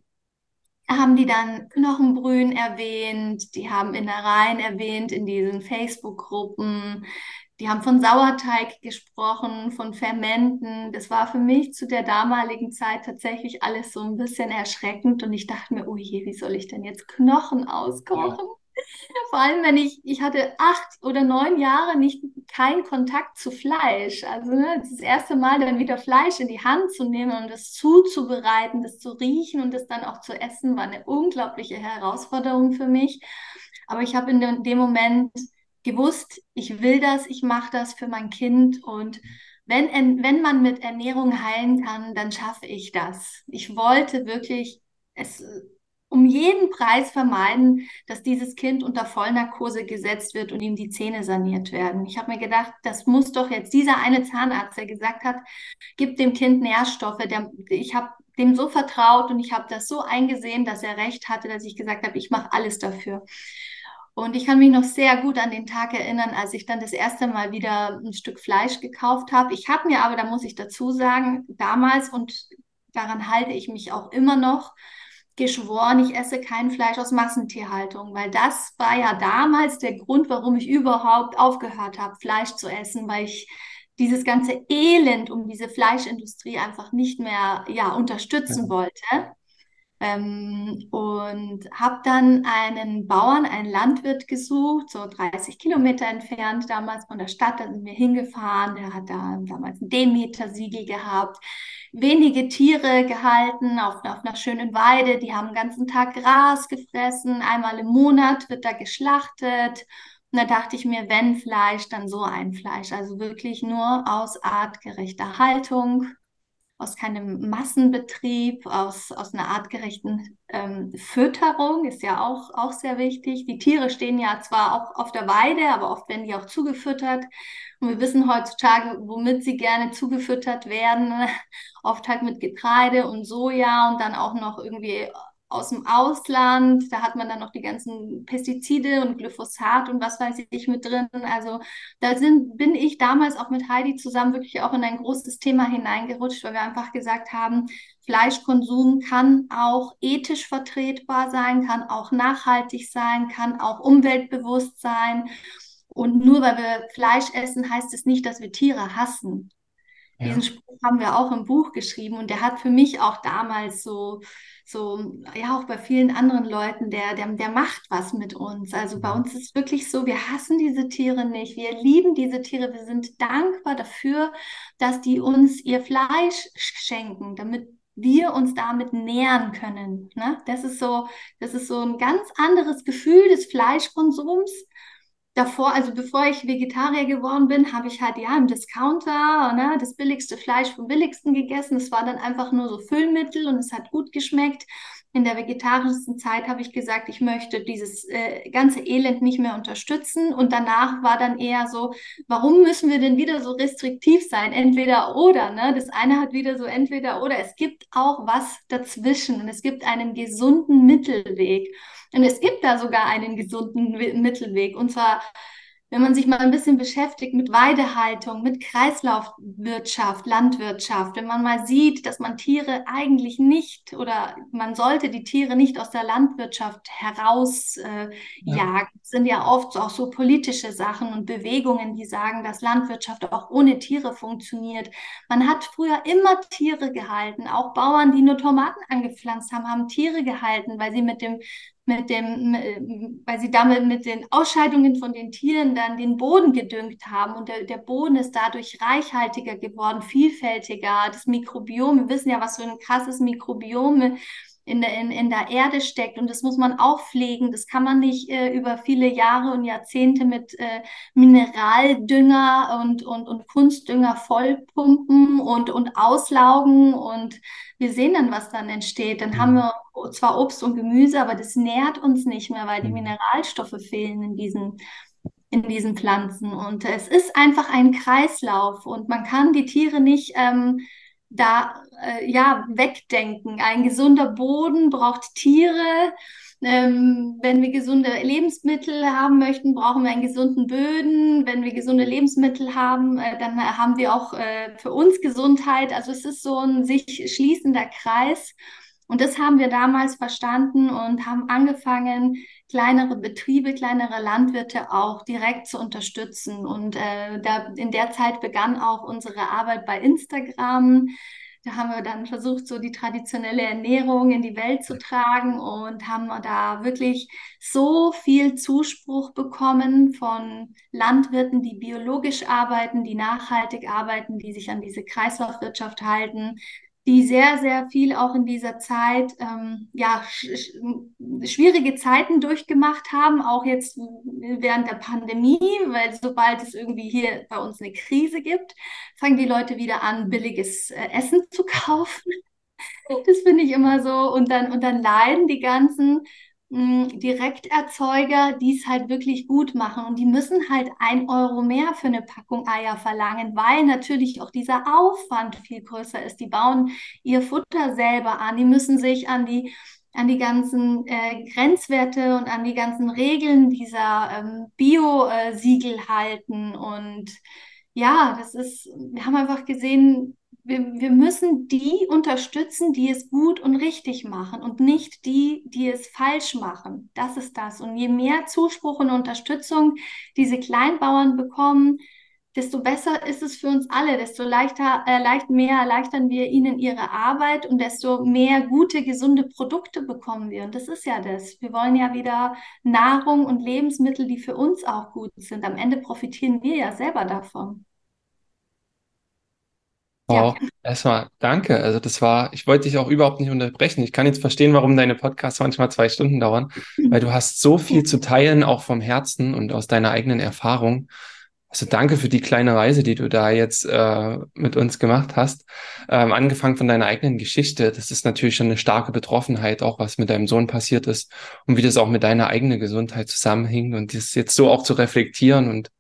haben die dann Knochenbrühen erwähnt, die haben Innereien erwähnt in diesen Facebook-Gruppen, die haben von Sauerteig gesprochen, von Fermenten. Das war für mich zu der damaligen Zeit tatsächlich alles so ein bisschen erschreckend und ich dachte mir, oh je, wie soll ich denn jetzt Knochen Ja. auskochen? Vor allem, wenn ich, ich hatte acht oder neun Jahre nicht keinen Kontakt zu Fleisch. Also ne, das erste Mal dann wieder Fleisch in die Hand zu nehmen und das zuzubereiten, das zu riechen und das dann auch zu essen, war eine unglaubliche Herausforderung für mich. Aber ich habe in dem, dem Moment gewusst, ich will das, ich mache das für mein Kind und wenn, wenn man mit Ernährung heilen kann, dann schaffe ich das. Ich wollte wirklich es um jeden Preis vermeiden, dass dieses Kind unter Vollnarkose gesetzt wird und ihm die Zähne saniert werden. Ich habe mir gedacht, das muss doch jetzt dieser eine Zahnarzt, der gesagt hat, gib dem Kind Nährstoffe. Der, ich habe dem so vertraut und ich habe das so eingesehen, dass er recht hatte, dass ich gesagt habe, ich mache alles dafür. Und ich kann mich noch sehr gut an den Tag erinnern, als ich dann das erste Mal wieder ein Stück Fleisch gekauft habe. Ich habe mir aber, da muss ich dazu sagen, damals und daran halte ich mich auch immer noch, geschworen, ich esse kein Fleisch aus Massentierhaltung, weil das war ja damals der Grund, warum ich überhaupt aufgehört habe, Fleisch zu essen, weil ich dieses ganze Elend um diese Fleischindustrie einfach nicht mehr ja, unterstützen wollte. Ähm, und habe dann einen Bauern, einen Landwirt gesucht, so dreißig Kilometer entfernt damals von der Stadt. Da sind wir hingefahren. Der hat da damals ein Demeter-Siegel gehabt, wenige Tiere gehalten auf, auf einer schönen Weide. Die haben den ganzen Tag Gras gefressen. Einmal im Monat wird da geschlachtet. Und da dachte ich mir, wenn Fleisch, dann so ein Fleisch. Also wirklich nur aus artgerechter Haltung, aus keinem Massenbetrieb, aus, aus einer artgerechten ähm, Fütterung, ist ja auch, auch sehr wichtig. Die Tiere stehen ja zwar auch auf der Weide, aber oft werden die auch zugefüttert. Und wir wissen heutzutage, womit sie gerne zugefüttert werden. Oft halt mit Getreide und Soja und dann auch noch irgendwie aus dem Ausland. Da hat man dann noch die ganzen Pestizide und Glyphosat und was weiß ich mit drin. Also da sind, bin ich damals auch mit Heidi zusammen wirklich auch in ein großes Thema hineingerutscht, weil wir einfach gesagt haben, Fleischkonsum kann auch ethisch vertretbar sein, kann auch nachhaltig sein, kann auch umweltbewusst sein. Und nur weil wir Fleisch essen, heißt es nicht, dass wir Tiere hassen. Diesen Ja. Spruch haben wir auch im Buch geschrieben und der hat für mich auch damals so, so, ja, auch bei vielen anderen Leuten, der, der, der macht was mit uns. Also bei uns ist wirklich so, wir hassen diese Tiere nicht, wir lieben diese Tiere, wir sind dankbar dafür, dass die uns ihr Fleisch schenken, damit wir uns damit nähern können. Ne? Das ist so, das ist so ein ganz anderes Gefühl des Fleischkonsums. Davor, also bevor ich Vegetarier geworden bin, habe ich halt ja im Discounter, ne, das billigste Fleisch vom billigsten gegessen. Es war dann einfach nur so Füllmittel und es hat gut geschmeckt. In der vegetarischen Zeit habe ich gesagt, ich möchte dieses äh, ganze Elend nicht mehr unterstützen. Und danach war dann eher so, warum müssen wir denn wieder so restriktiv sein? Entweder oder, ne? Das eine hat wieder so entweder oder. Es gibt auch was dazwischen und es gibt einen gesunden Mittelweg. Und es gibt da sogar einen gesunden Mittelweg. Und zwar, wenn man sich mal ein bisschen beschäftigt mit Weidehaltung, mit Kreislaufwirtschaft, Landwirtschaft, wenn man mal sieht, dass man Tiere eigentlich nicht oder man sollte die Tiere nicht aus der Landwirtschaft herausjagen. Äh, Ja. jagen. Das sind ja oft auch so politische Sachen und Bewegungen, die sagen, dass Landwirtschaft auch ohne Tiere funktioniert. Man hat früher immer Tiere gehalten. Auch Bauern, die nur Tomaten angepflanzt haben, haben Tiere gehalten, weil sie mit dem mit dem, weil sie damit mit den Ausscheidungen von den Tieren dann den Boden gedüngt haben und der, der Boden ist dadurch reichhaltiger geworden, vielfältiger. Das Mikrobiom, wir wissen ja, was für ein krasses Mikrobiom in der, in, in der Erde steckt. Und das muss man auch pflegen. Das kann man nicht äh, über viele Jahre und Jahrzehnte mit äh, Mineraldünger und, und, und Kunstdünger vollpumpen und, und auslaugen. Und wir sehen dann, was dann entsteht. Dann haben wir zwar Obst und Gemüse, aber das nährt uns nicht mehr, weil die Mineralstoffe fehlen in diesen in diesen Pflanzen. Und es ist einfach ein Kreislauf und man kann die Tiere nicht ähm, da äh, ja wegdenken. Ein gesunder Boden braucht Tiere. Ähm, wenn wir gesunde Lebensmittel haben möchten, brauchen wir einen gesunden Böden. Wenn wir gesunde Lebensmittel haben, äh, dann haben wir auch äh, für uns Gesundheit. Also es ist so ein sich schließender Kreis. Und das haben wir damals verstanden und haben angefangen, kleinere Betriebe, kleinere Landwirte auch direkt zu unterstützen. Und äh, da, in der Zeit begann auch unsere Arbeit bei Instagram. Da haben wir dann versucht, so die traditionelle Ernährung in die Welt zu tragen und haben da wirklich so viel Zuspruch bekommen von Landwirten, die biologisch arbeiten, die nachhaltig arbeiten, die sich an diese Kreislaufwirtschaft halten, die sehr, sehr viel auch in dieser Zeit ähm, ja, sch schwierige Zeiten durchgemacht haben, auch jetzt während der Pandemie, weil sobald es irgendwie hier bei uns eine Krise gibt, fangen die Leute wieder an, billiges äh, Essen zu kaufen. Das finde ich immer so. Und dann, und dann leiden die ganzen mh, Direkterzeuger, die es halt wirklich gut machen. Und die müssen halt ein Euro mehr für eine Packung Eier verlangen, weil natürlich auch dieser Aufwand viel größer ist. Die bauen ihr Futter selber an. Die müssen sich an die, an die ganzen äh, Grenzwerte und an die ganzen Regeln dieser ähm, Bio-Siegel halten. Und ja, das ist, wir haben einfach gesehen, wir, wir müssen die unterstützen, die es gut und richtig machen und nicht die, die es falsch machen. Das ist das. Und je mehr Zuspruch und Unterstützung diese Kleinbauern bekommen, desto besser ist es für uns alle, desto leichter, äh, leicht mehr erleichtern wir ihnen ihre Arbeit und desto mehr gute, gesunde Produkte bekommen wir. Und das ist ja das. Wir wollen ja wieder Nahrung und Lebensmittel, die für uns auch gut sind. Am Ende profitieren wir ja selber davon. Wow, erstmal danke. Also das war, ich wollte dich auch überhaupt nicht unterbrechen. Ich kann jetzt verstehen, warum deine Podcasts manchmal zwei Stunden dauern, weil du hast so viel zu teilen, auch vom Herzen und aus deiner eigenen Erfahrung. Also danke für die kleine Reise, die du da jetzt äh, mit uns gemacht hast. Ähm, angefangen von deiner eigenen Geschichte. Das ist natürlich schon eine starke Betroffenheit, auch was mit deinem Sohn passiert ist und wie das auch mit deiner eigenen Gesundheit zusammenhängt und das jetzt so auch zu reflektieren und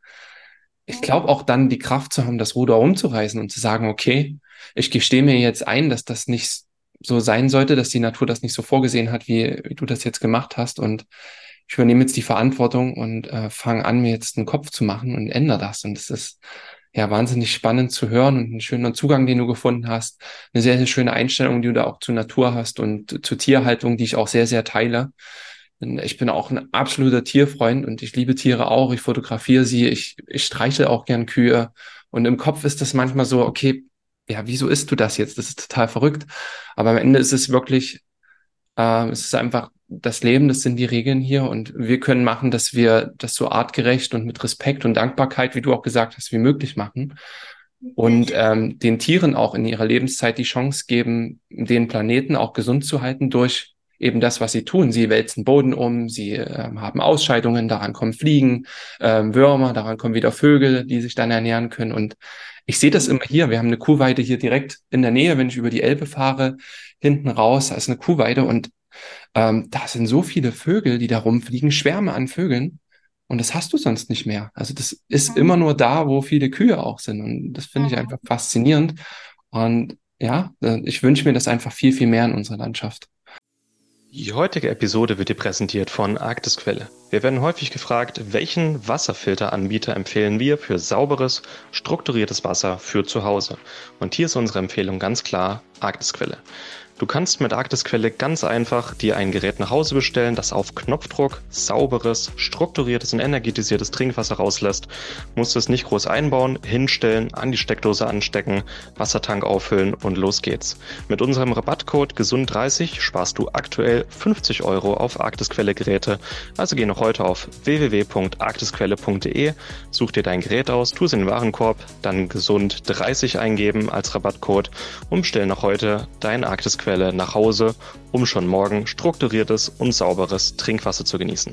ich glaube auch dann die Kraft zu haben, das Ruder umzureißen und zu sagen, okay, ich gestehe mir jetzt ein, dass das nicht so sein sollte, dass die Natur das nicht so vorgesehen hat, wie, wie du das jetzt gemacht hast. Und ich übernehme jetzt die Verantwortung und äh, fange an, mir jetzt einen Kopf zu machen und ändere das. Und es ist ja wahnsinnig spannend zu hören und ein schöner Zugang, den du gefunden hast. Eine sehr, sehr schöne Einstellung, die du da auch zur Natur hast und zur Tierhaltung, die ich auch sehr, sehr teile. Ich bin auch ein absoluter Tierfreund und ich liebe Tiere auch. Ich fotografiere sie, ich, ich streichle auch gern Kühe. Und im Kopf ist das manchmal so, okay, ja, wieso isst du das jetzt? Das ist total verrückt. Aber am Ende ist es wirklich, äh, es ist einfach das Leben, das sind die Regeln hier. Und wir können machen, dass wir das so artgerecht und mit Respekt und Dankbarkeit, wie du auch gesagt hast, wie möglich machen. Und ähm, den Tieren auch in ihrer Lebenszeit die Chance geben, den Planeten auch gesund zu halten durch eben das, was sie tun. Sie wälzen Boden um, sie äh, haben Ausscheidungen, daran kommen Fliegen, äh, Würmer, daran kommen wieder Vögel, die sich dann ernähren können. Und ich sehe das immer hier. Wir haben eine Kuhweide hier direkt in der Nähe, wenn ich über die Elbe fahre, hinten raus, da ist eine Kuhweide und ähm, da sind so viele Vögel, die da rumfliegen, Schwärme an Vögeln. Und das hast du sonst nicht mehr. Also das ist mhm. immer nur da, wo viele Kühe auch sind. Und das finde ich mhm. einfach faszinierend. Und ja, ich wünsche mir das einfach viel, viel mehr in unserer Landschaft. Die heutige Episode wird dir präsentiert von Arktisquelle. Wir werden häufig gefragt, welchen Wasserfilteranbieter empfehlen wir für sauberes, strukturiertes Wasser für zu Hause. Und hier ist unsere Empfehlung ganz klar Arktisquelle. Du kannst mit Arktisquelle ganz einfach dir ein Gerät nach Hause bestellen, das auf Knopfdruck sauberes, strukturiertes und energetisiertes Trinkwasser rauslässt. Musst es nicht groß einbauen, hinstellen, an die Steckdose anstecken, Wassertank auffüllen und los geht's. Mit unserem Rabattcode gesund dreißig sparst du aktuell fünfzig Euro auf Arktisquelle-Geräte. Also geh noch heute auf w w w punkt arktisquelle punkt d e, such dir dein Gerät aus, tu es in den Warenkorb, dann gesund dreißig eingeben als Rabattcode und bestell noch heute dein Arktisquelle Quelle nach Hause, um schon morgen strukturiertes und sauberes Trinkwasser zu genießen.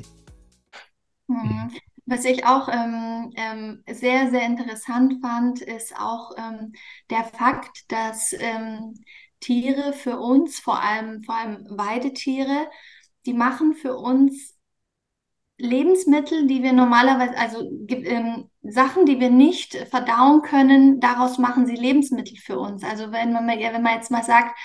Mhm. Was ich auch ähm, ähm, sehr, sehr interessant fand, ist auch ähm, der Fakt, dass ähm, Tiere für uns, vor allem, vor allem Weidetiere, die machen für uns Lebensmittel, die wir normalerweise, also gibt, ähm, Sachen, die wir nicht verdauen können, daraus machen sie Lebensmittel für uns. Also wenn man, mal- ja, wenn man jetzt mal sagt,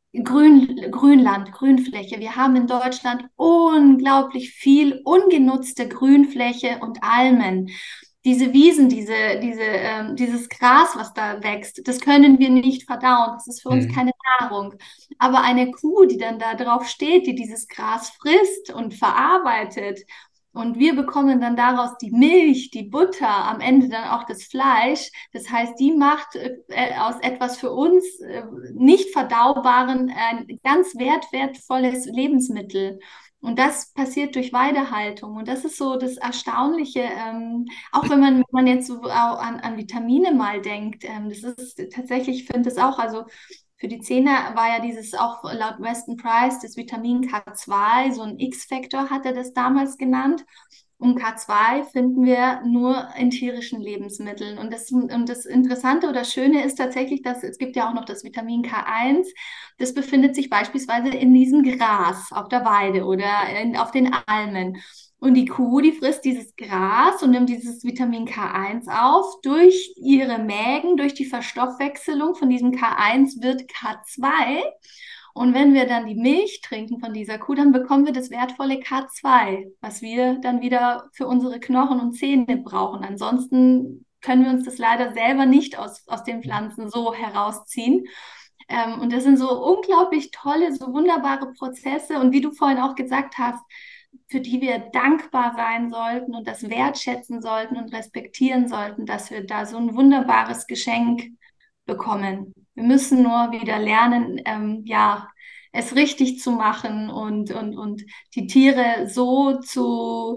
Grün, Grünland, Grünfläche. Wir haben in Deutschland unglaublich viel ungenutzte Grünfläche und Almen. Diese Wiesen, diese, diese, ähm, dieses Gras, was da wächst, das können wir nicht verdauen. Das ist für uns Mhm. keine Nahrung. Aber eine Kuh, die dann da drauf steht, die dieses Gras frisst und verarbeitet, und wir bekommen dann daraus die Milch, die Butter, am Ende dann auch das Fleisch. Das heißt, die macht äh, aus etwas für uns äh, nicht verdaubaren ein ganz wert, wertvolles Lebensmittel. Und das passiert durch Weidehaltung. Und das ist so das Erstaunliche, ähm, auch wenn man, wenn man jetzt so an, an Vitamine mal denkt. Ähm, das ist tatsächlich, ich finde das auch, also für die Zähne war ja dieses auch laut Weston Price, das Vitamin K zwei, so ein X-Faktor hat er das damals genannt. Und K zwei finden wir nur in tierischen Lebensmitteln. Und das, und das Interessante oder Schöne ist tatsächlich, dass es gibt ja auch noch das Vitamin K eins. Das befindet sich beispielsweise in diesem Gras auf der Weide oder in, auf den Almen. Und die Kuh, die frisst dieses Gras und nimmt dieses Vitamin K eins auf. Durch ihre Mägen, durch die Verstoffwechselung von diesem K eins wird K zwei. Und wenn wir dann die Milch trinken von dieser Kuh, dann bekommen wir das wertvolle K zwei, was wir dann wieder für unsere Knochen und Zähne brauchen. Ansonsten können wir uns das leider selber nicht aus, aus den Pflanzen so herausziehen. Ähm, und das sind so unglaublich tolle, so wunderbare Prozesse. Und wie du vorhin auch gesagt hast, für die wir dankbar sein sollten und das wertschätzen sollten und respektieren sollten, dass wir da so ein wunderbares Geschenk bekommen. Wir müssen nur wieder lernen, ähm, ja, es richtig zu machen und, und, und die Tiere so zu,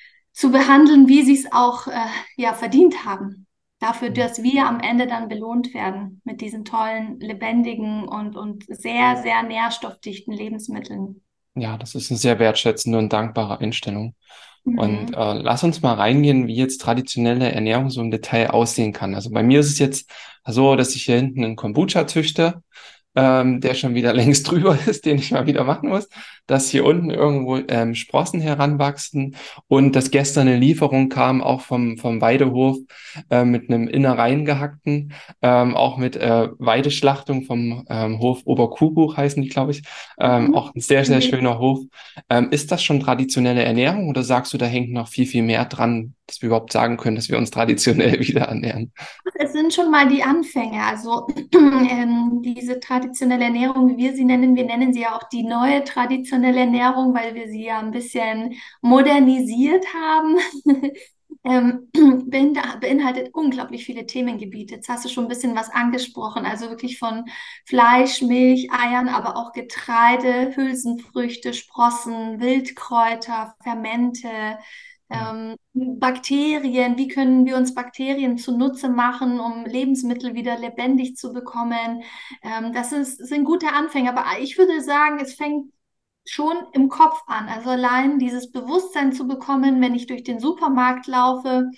zu behandeln, wie sie es auch äh, ja, verdient haben. Dafür, dass wir am Ende dann belohnt werden mit diesen tollen, lebendigen und, und sehr, sehr nährstoffdichten Lebensmitteln. Ja, das ist eine sehr wertschätzende und dankbare Einstellung. Und Mhm. äh, lass uns mal reingehen, wie jetzt traditionelle Ernährung so im Detail aussehen kann. Also bei mir ist es jetzt so, dass ich hier hinten einen Kombucha züchte, ähm, der schon wieder längst drüber ist, den ich mal wieder machen muss, dass hier unten irgendwo ähm, Sprossen heranwachsen und dass gestern eine Lieferung kam, auch vom, vom Weidehof, äh, mit einem Innereien gehackten, ähm, auch mit äh, Weideschlachtung vom ähm, Hof Oberkuhbuch heißen die, glaube ich. Ähm, Mhm. auch ein sehr, sehr schöner Hof. Ähm, ist das schon traditionelle Ernährung oder sagst du, da hängt noch viel, viel mehr dran, dass wir überhaupt sagen können, dass wir uns traditionell wieder ernähren? Es sind schon mal die Anfänge, also ähm, diese traditionelle Ernährung, wie wir sie nennen, wir nennen sie ja auch die neue traditionelle Ernährung, weil wir sie ja ein bisschen modernisiert haben. ähm, behin- beinhaltet unglaublich viele Themengebiete. Jetzt hast du schon ein bisschen was angesprochen, also wirklich von Fleisch, Milch, Eiern, aber auch Getreide, Hülsenfrüchte, Sprossen, Wildkräuter, Fermente. Ähm, Bakterien, wie können wir uns Bakterien zunutze machen, um Lebensmittel wieder lebendig zu bekommen? Ähm, das ist, sind gute Anfänge, aber ich würde sagen, es fängt schon im Kopf an. Also allein dieses Bewusstsein zu bekommen, wenn ich durch den Supermarkt laufe,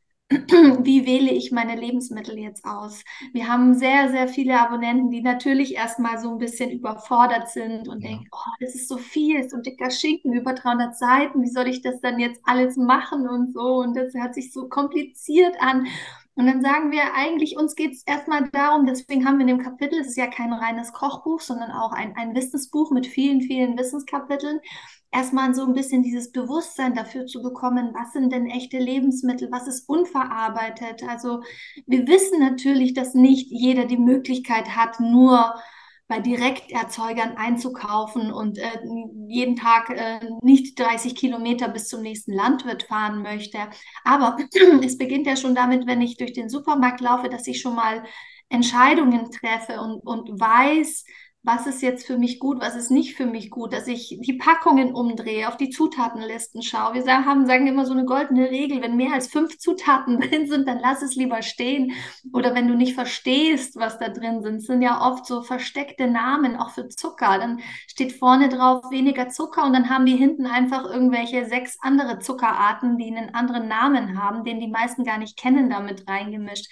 wie wähle ich meine Lebensmittel jetzt aus? Wir haben sehr, sehr viele Abonnenten, die natürlich erstmal so ein bisschen überfordert sind und Ja. denken, oh, das ist so viel, so ein dicker Schinken, über dreihundert Seiten, wie soll ich das dann jetzt alles machen und so? Und das hört sich so kompliziert an. Und dann sagen wir eigentlich, uns geht es erstmal darum, deswegen haben wir in dem Kapitel, es ist ja kein reines Kochbuch, sondern auch ein, ein Wissensbuch mit vielen, vielen Wissenskapiteln, erstmal so ein bisschen dieses Bewusstsein dafür zu bekommen, was sind denn echte Lebensmittel, was ist unverarbeitet. Also wir wissen natürlich, dass nicht jeder die Möglichkeit hat, nur bei Direkterzeugern einzukaufen und äh, jeden Tag äh, nicht dreißig Kilometer bis zum nächsten Landwirt fahren möchte. Aber es beginnt ja schon damit, wenn ich durch den Supermarkt laufe, dass ich schon mal Entscheidungen treffe und, und weiß, was ist jetzt für mich gut, was ist nicht für mich gut, dass ich die Packungen umdrehe, auf die Zutatenlisten schaue. Wir sagen, haben, sagen immer so eine goldene Regel, wenn mehr als fünf Zutaten drin sind, dann lass es lieber stehen. Oder wenn du nicht verstehst, was da drin sind, es sind ja oft so versteckte Namen, auch für Zucker. Dann steht vorne drauf weniger Zucker und dann haben die hinten einfach irgendwelche sechs andere Zuckerarten, die einen anderen Namen haben, den die meisten gar nicht kennen, damit reingemischt.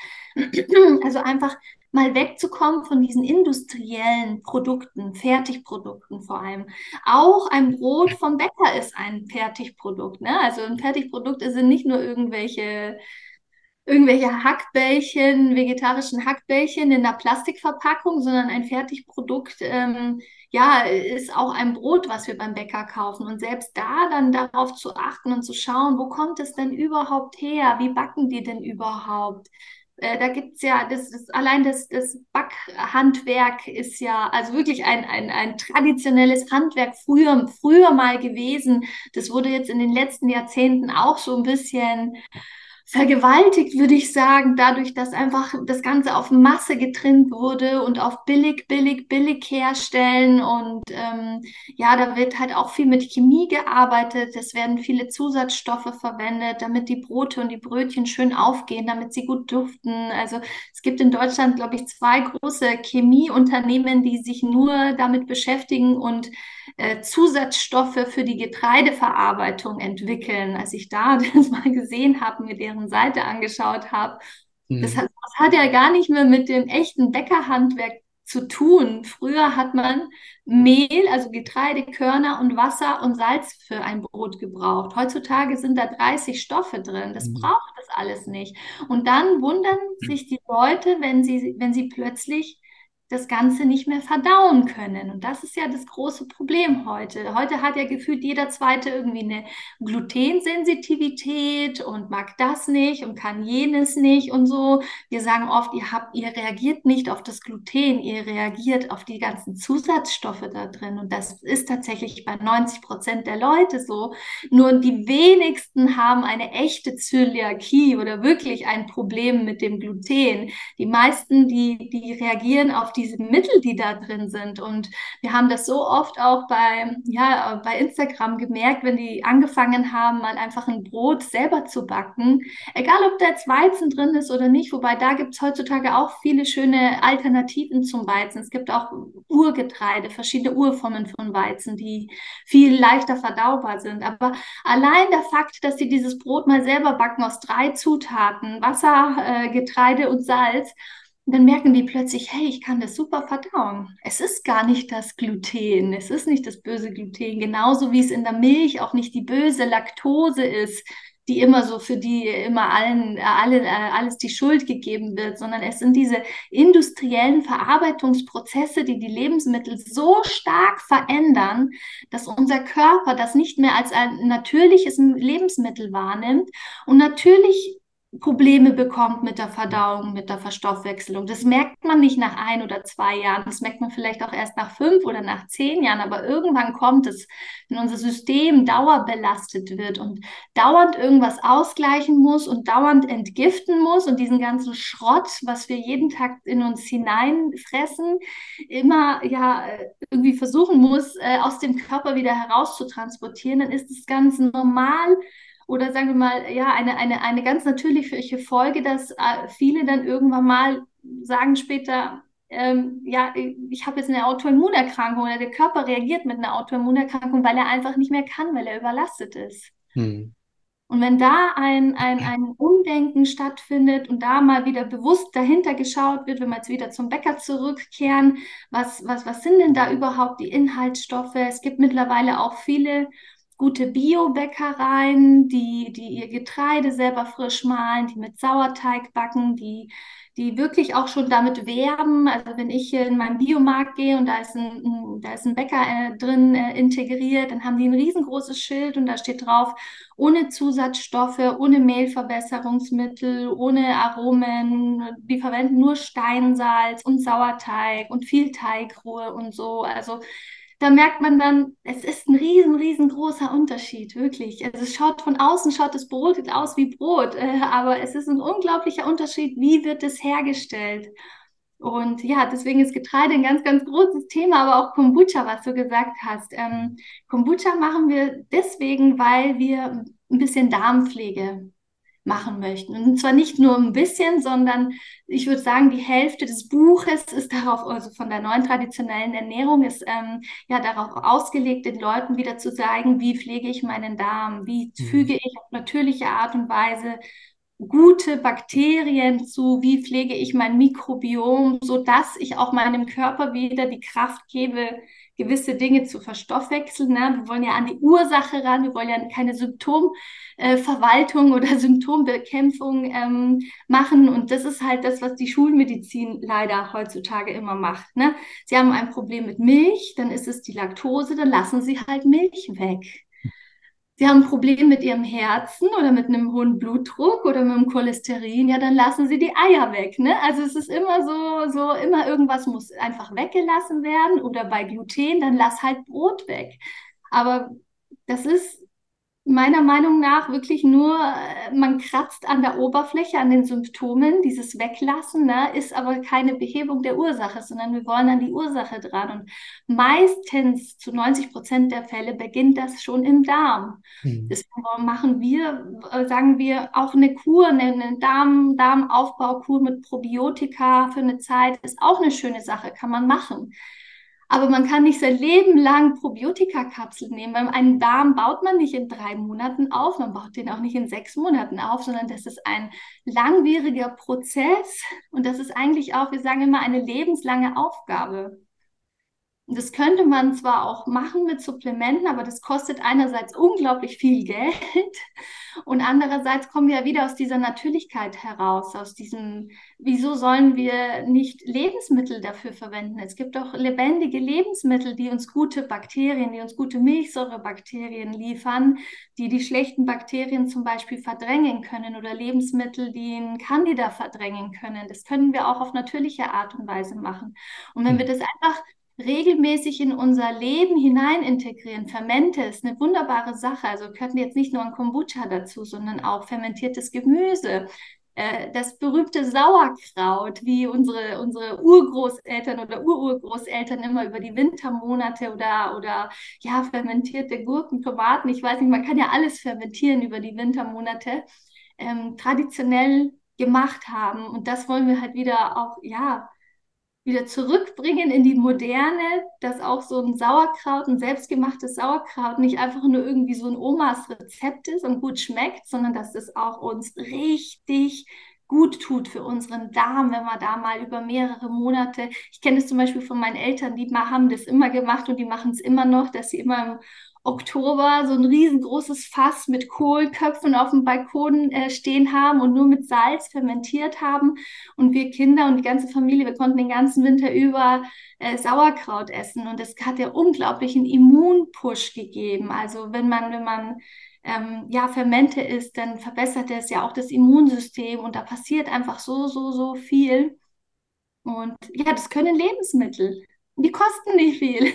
Also einfach mal wegzukommen von diesen industriellen Produkten, Fertigprodukten vor allem. Auch ein Brot vom Bäcker ist ein Fertigprodukt, ne? Also ein Fertigprodukt sind nicht nur irgendwelche irgendwelche Hackbällchen, vegetarischen Hackbällchen in einer Plastikverpackung, sondern ein Fertigprodukt, ähm, ja, ist auch ein Brot, was wir beim Bäcker kaufen. Und selbst da dann darauf zu achten und zu schauen, wo kommt es denn überhaupt her? Wie backen die denn überhaupt? Äh, da gibt's ja, das ist allein das, das Backhandwerk ist ja also wirklich ein, ein, ein traditionelles Handwerk früher, früher mal gewesen. Das wurde jetzt in den letzten Jahrzehnten auch so ein bisschen vergewaltigt, würde ich sagen, dadurch, dass einfach das Ganze auf Masse getrimmt wurde und auf billig, billig, billig herstellen. Und ähm, ja, da wird halt auch viel mit Chemie gearbeitet. Es werden viele Zusatzstoffe verwendet, damit die Brote und die Brötchen schön aufgehen, damit sie gut duften. Also es gibt in Deutschland, glaube ich, zwei große Chemieunternehmen, die sich nur damit beschäftigen und äh, Zusatzstoffe für die Getreideverarbeitung entwickeln. Als ich da das mal gesehen habe, mir deren Seite angeschaut habe, das Hm. hat, das hat ja gar nicht mehr mit dem echten Bäckerhandwerk zu tun. Früher hat man Mehl, also Getreide, Körner und Wasser und Salz für ein Brot gebraucht. Heutzutage sind da dreißig Stoffe drin. Das Hm. braucht das alles nicht. Und dann wundern sich die Leute, wenn sie, wenn sie plötzlich das Ganze nicht mehr verdauen können. Und das ist ja das große Problem heute. Heute hat ja gefühlt jeder Zweite irgendwie eine Glutensensitivität und mag das nicht und kann jenes nicht und so. Wir sagen oft, ihr habt, ihr reagiert nicht auf das Gluten, ihr reagiert auf die ganzen Zusatzstoffe da drin. Und das ist tatsächlich bei neunzig Prozent der Leute so. Nur die wenigsten haben eine echte Zöliakie oder wirklich ein Problem mit dem Gluten. Die meisten, die, die reagieren auf diese Mittel, die da drin sind. Und wir haben das so oft auch bei, ja, bei Instagram gemerkt, wenn die angefangen haben, mal einfach ein Brot selber zu backen. Egal, ob da jetzt Weizen drin ist oder nicht, wobei da gibt es heutzutage auch viele schöne Alternativen zum Weizen. Es gibt auch Urgetreide, verschiedene Urformen von Weizen, die viel leichter verdaubar sind. Aber allein der Fakt, dass sie dieses Brot mal selber backen aus drei Zutaten, Wasser, äh, Getreide und Salz, dann merken die plötzlich, hey, ich kann das super verdauen. Es ist gar nicht das Gluten, es ist nicht das böse Gluten, genauso wie es in der Milch auch nicht die böse Laktose ist, die immer so für die immer allen äh, alle, äh, alles die Schuld gegeben wird, sondern es sind diese industriellen Verarbeitungsprozesse, die die Lebensmittel so stark verändern, dass unser Körper das nicht mehr als ein natürliches Lebensmittel wahrnimmt und natürlich Probleme bekommt mit der Verdauung, mit der Verstoffwechselung. Das merkt man nicht nach ein oder zwei Jahren. Das merkt man vielleicht auch erst nach fünf oder nach zehn Jahren. Aber irgendwann kommt es, wenn unser System dauerbelastet wird und dauernd irgendwas ausgleichen muss und dauernd entgiften muss und diesen ganzen Schrott, was wir jeden Tag in uns hineinfressen, immer ja irgendwie versuchen muss, äh, aus dem Körper wieder herauszutransportieren, dann ist es ganz normal, oder sagen wir mal, ja, eine, eine, eine ganz natürliche Folge, dass äh, viele dann irgendwann mal sagen später, ähm, ja, ich habe jetzt eine Autoimmunerkrankung oder der Körper reagiert mit einer Autoimmunerkrankung, weil er einfach nicht mehr kann, weil er überlastet ist. Hm. Und wenn da ein, ein, ein Umdenken stattfindet und da mal wieder bewusst dahinter geschaut wird, wenn wir jetzt wieder zum Bäcker zurückkehren, was, was, was sind denn da überhaupt die Inhaltsstoffe? Es gibt mittlerweile auch viele gute Bio-Bäckereien, die, die ihr Getreide selber frisch mahlen, die mit Sauerteig backen, die, die wirklich auch schon damit werben. Also wenn ich hier in meinen Biomarkt gehe und da ist ein, ein, da ist ein Bäcker äh, drin äh, integriert, dann haben die ein riesengroßes Schild und da steht drauf, ohne Zusatzstoffe, ohne Mehlverbesserungsmittel, ohne Aromen. Die verwenden nur Steinsalz und Sauerteig und viel Teigruhe und so. Also da merkt man dann, es ist ein riesen, riesengroßer Unterschied, wirklich. Also es schaut von außen, schaut das Brot aus wie Brot, äh, aber es ist ein unglaublicher Unterschied, wie wird es hergestellt. Und ja, deswegen ist Getreide ein ganz, ganz großes Thema, aber auch Kombucha, was du gesagt hast. Ähm, Kombucha machen wir deswegen, weil wir ein bisschen Darmpflege machen möchten. Und zwar nicht nur ein bisschen, sondern ich würde sagen, die Hälfte des Buches ist darauf, also von der neuen traditionellen Ernährung, ist ähm, ja darauf ausgelegt, den Leuten wieder zu zeigen, wie pflege ich meinen Darm, wie Mhm. füge ich auf natürliche Art und Weise gute Bakterien zu, wie pflege ich mein Mikrobiom, so dass ich auch meinem Körper wieder die Kraft gebe, gewisse Dinge zu verstoffwechseln. Ne? Wir wollen ja an die Ursache ran, wir wollen ja keine Symptomverwaltung äh, oder Symptombekämpfung ähm, machen. Und das ist halt das, was die Schulmedizin leider heutzutage immer macht. Ne? Sie haben ein Problem mit Milch, dann ist es die Laktose, dann lassen Sie halt Milch weg. Sie haben ein Problem mit Ihrem Herzen oder mit einem hohen Blutdruck oder mit dem Cholesterin, ja, dann lassen Sie die Eier weg, ne? Also es ist immer so, so, immer irgendwas muss einfach weggelassen werden oder bei Gluten, dann lass halt Brot weg. Aber das ist meiner Meinung nach wirklich nur, äh, man kratzt an der Oberfläche, an den Symptomen, dieses Weglassen, ne, ist aber keine Behebung der Ursache, sondern wir wollen an die Ursache dran. Und meistens zu neunzig Prozent der Fälle beginnt das schon im Darm. Mhm. Deswegen machen wir, äh, sagen wir, auch eine Kur, eine, eine Darm, Darmaufbaukur mit Probiotika für eine Zeit ist auch eine schöne Sache, kann man machen. Aber man kann nicht sein Leben lang Probiotika-Kapseln nehmen, weil einen Darm baut man nicht in drei Monaten auf, man baut den auch nicht in sechs Monaten auf, sondern das ist ein langwieriger Prozess und das ist eigentlich auch, wir sagen immer, eine lebenslange Aufgabe. Und das könnte man zwar auch machen mit Supplementen, aber das kostet einerseits unglaublich viel Geld und andererseits kommen wir ja wieder aus dieser Natürlichkeit heraus, aus diesem, wieso sollen wir nicht Lebensmittel dafür verwenden? Es gibt auch lebendige Lebensmittel, die uns gute Bakterien, die uns gute Milchsäurebakterien liefern, die die schlechten Bakterien zum Beispiel verdrängen können oder Lebensmittel, die einen Candida verdrängen können. Das können wir auch auf natürliche Art und Weise machen. Und wenn wir Mhm. das einfach regelmäßig in unser Leben hinein integrieren. Fermente ist eine wunderbare Sache. Also gehört jetzt nicht nur ein Kombucha dazu, sondern auch fermentiertes Gemüse. Äh, Das berühmte Sauerkraut, wie unsere, unsere Urgroßeltern oder Ururgroßeltern immer über die Wintermonate oder, oder ja, fermentierte Gurken, Tomaten, ich weiß nicht, man kann ja alles fermentieren über die Wintermonate, ähm, traditionell gemacht haben. Und das wollen wir halt wieder auch, ja, wieder zurückbringen in die Moderne, dass auch so ein Sauerkraut, ein selbstgemachtes Sauerkraut nicht einfach nur irgendwie so ein Omas Rezept ist und gut schmeckt, sondern dass es auch uns richtig gut tut für unseren Darm, wenn man da mal über mehrere Monate, ich kenne es zum Beispiel von meinen Eltern, die haben das immer gemacht und die machen es immer noch, dass sie immer im Oktober so ein riesengroßes Fass mit Kohlköpfen auf dem Balkon äh, stehen haben und nur mit Salz fermentiert haben. Und wir Kinder und die ganze Familie, wir konnten den ganzen Winter über äh, Sauerkraut essen. Und das hat ja unglaublichen Immunpush gegeben. Also wenn man, wenn man ähm, ja, Fermente isst, dann verbessert es ja auch das Immunsystem und da passiert einfach so, so, so viel. Und ja, das können Lebensmittel. Die kosten nicht viel.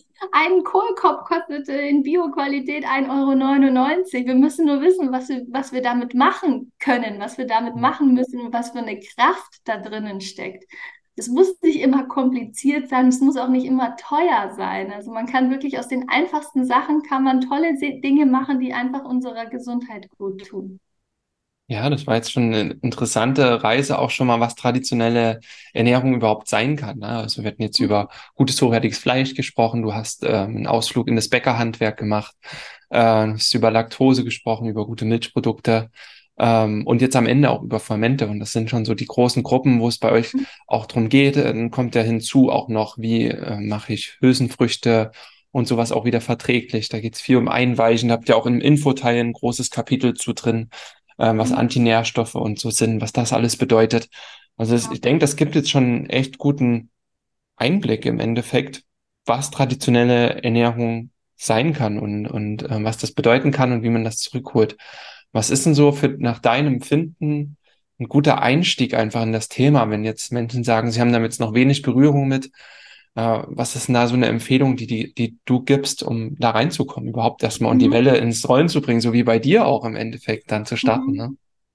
Ein Kohlkopf kostete in Bio-Qualität ein Euro neunundneunzig. Wir müssen nur wissen, was wir, was wir damit machen können, was wir damit machen müssen und was für eine Kraft da drinnen steckt. Es muss nicht immer kompliziert sein, es muss auch nicht immer teuer sein. Also man kann wirklich aus den einfachsten Sachen kann man tolle Se- Dinge machen, die einfach unserer Gesundheit gut tun. Ja, das war jetzt schon eine interessante Reise, auch schon mal, was traditionelle Ernährung überhaupt sein kann. Ne? Also wir hatten jetzt über gutes, hochwertiges Fleisch gesprochen, du hast ähm, einen Ausflug in das Bäckerhandwerk gemacht, äh, du hast über Laktose gesprochen, über gute Milchprodukte ähm, und jetzt am Ende auch über Fermente. Und das sind schon so die großen Gruppen, wo es bei euch auch drum geht. Dann kommt ja hinzu auch noch, wie äh, mache ich Hülsenfrüchte und sowas auch wieder verträglich. Da geht es viel um Einweichen, da habt ihr auch im Infoteil ein großes Kapitel zu drin, ähm, was Mhm. Antinährstoffe und so sind, was das alles bedeutet. Also es, ich denke, das gibt jetzt schon einen echt guten Einblick im Endeffekt, was traditionelle Ernährung sein kann und, und ähm, was das bedeuten kann und wie man das zurückholt. Was ist denn so für nach deinem Empfinden ein guter Einstieg einfach in das Thema, wenn jetzt Menschen sagen, sie haben damit jetzt noch wenig Berührung mit, äh, was ist denn da so eine Empfehlung, die, die, die du gibst, um da reinzukommen, überhaupt erstmal und die Mhm. Welle ins Rollen zu bringen, so wie bei dir auch im Endeffekt dann zu starten, Mhm. ne?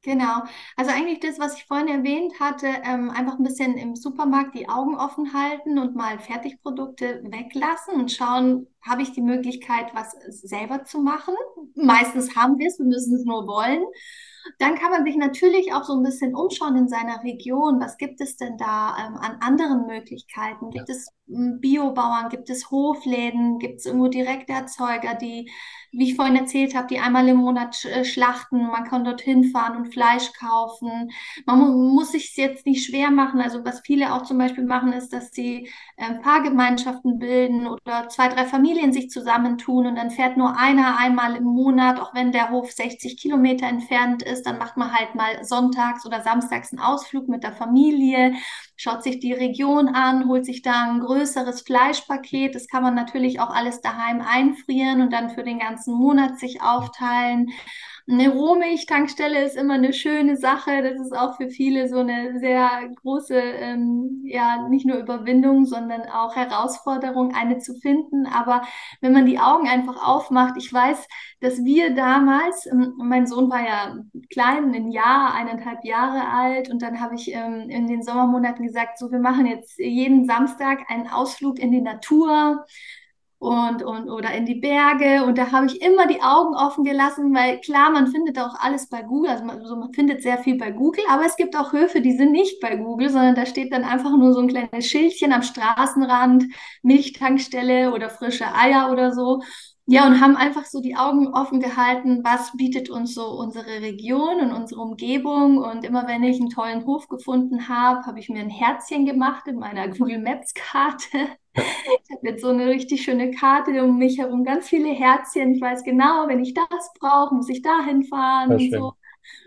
Genau. Also eigentlich das, was ich vorhin erwähnt hatte, ähm, einfach ein bisschen im Supermarkt die Augen offen halten und mal Fertigprodukte weglassen und schauen, habe ich die Möglichkeit, was selber zu machen? Meistens haben wir es, wir müssen es nur wollen. Dann kann man sich natürlich auch so ein bisschen umschauen in seiner Region. Was gibt es denn da ähm, an anderen Möglichkeiten? Ja, Gibt es ähm, Biobauern? Gibt es Hofläden? Gibt es irgendwo Direkterzeuger, die, wie ich vorhin erzählt habe, die einmal im Monat sch äh, schlachten? Man kann dorthin fahren und Fleisch kaufen. Man mu muss sich jetzt nicht schwer machen. Also was viele auch zum Beispiel machen, ist, dass sie ähm, Fahrgemeinschaften bilden oder zwei, drei Familien sich zusammentun und dann fährt nur einer einmal im Monat, auch wenn der Hof sechzig Kilometer entfernt ist, dann macht man halt mal sonntags oder samstags einen Ausflug mit der Familie, schaut sich die Region an, holt sich da ein größeres Fleischpaket. Das kann man natürlich auch alles daheim einfrieren und dann für den ganzen Monat sich aufteilen. Eine Rohmilch-Tankstelle ist immer eine schöne Sache. Das ist auch für viele so eine sehr große, ähm, ja, nicht nur Überwindung, sondern auch Herausforderung, eine zu finden. Aber wenn man die Augen einfach aufmacht, ich weiß, dass wir damals, ähm, mein Sohn war ja klein, ein Jahr, eineinhalb Jahre alt, und dann habe ich ähm, in den Sommermonaten gesagt, so, wir machen jetzt jeden Samstag einen Ausflug in die Natur und, und oder in die Berge. Und da habe ich immer die Augen offen gelassen, weil klar, man findet auch alles bei Google, also man, also man findet sehr viel bei Google, aber es gibt auch Höfe, die sind nicht bei Google, sondern da steht dann einfach nur so ein kleines Schildchen am Straßenrand, Milchtankstelle oder frische Eier oder so. Ja, und haben einfach so die Augen offen gehalten, was bietet uns so unsere Region und unsere Umgebung. Und immer wenn ich einen tollen Hof gefunden habe, habe ich mir ein Herzchen gemacht in meiner Google Maps Karte. ja, Ich habe jetzt so eine richtig schöne Karte um mich herum, ganz viele Herzchen. Ich weiß genau, wenn ich das brauche, muss ich dahin fahren sehr und so. schön.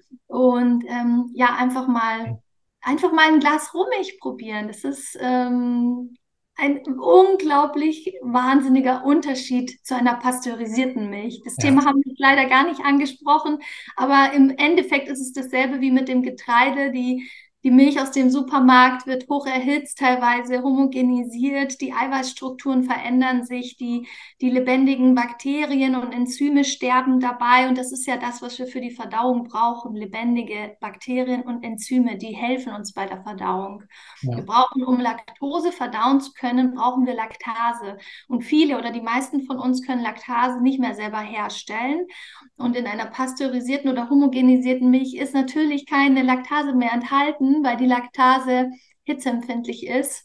Und ähm, ja, einfach mal, einfach mal ein Glas Rohmilch probieren. Das ist ähm, ein unglaublich wahnsinniger Unterschied zu einer pasteurisierten Milch. Das Ja, Thema haben wir leider gar nicht angesprochen, aber im Endeffekt ist es dasselbe wie mit dem Getreide. Die die Milch aus dem Supermarkt wird hoch erhitzt, teilweise homogenisiert, die Eiweißstrukturen verändern sich, die, die lebendigen Bakterien und Enzyme sterben dabei. Und das ist ja das, was wir für die Verdauung brauchen, lebendige Bakterien und Enzyme, die helfen uns bei der Verdauung. Wir ja, brauchen, um Laktose verdauen zu können, brauchen wir Laktase. Und viele oder die meisten von uns können Laktase nicht mehr selber herstellen. Und in einer pasteurisierten oder homogenisierten Milch ist natürlich keine Laktase mehr enthalten, weil die Laktase hitzeempfindlich ist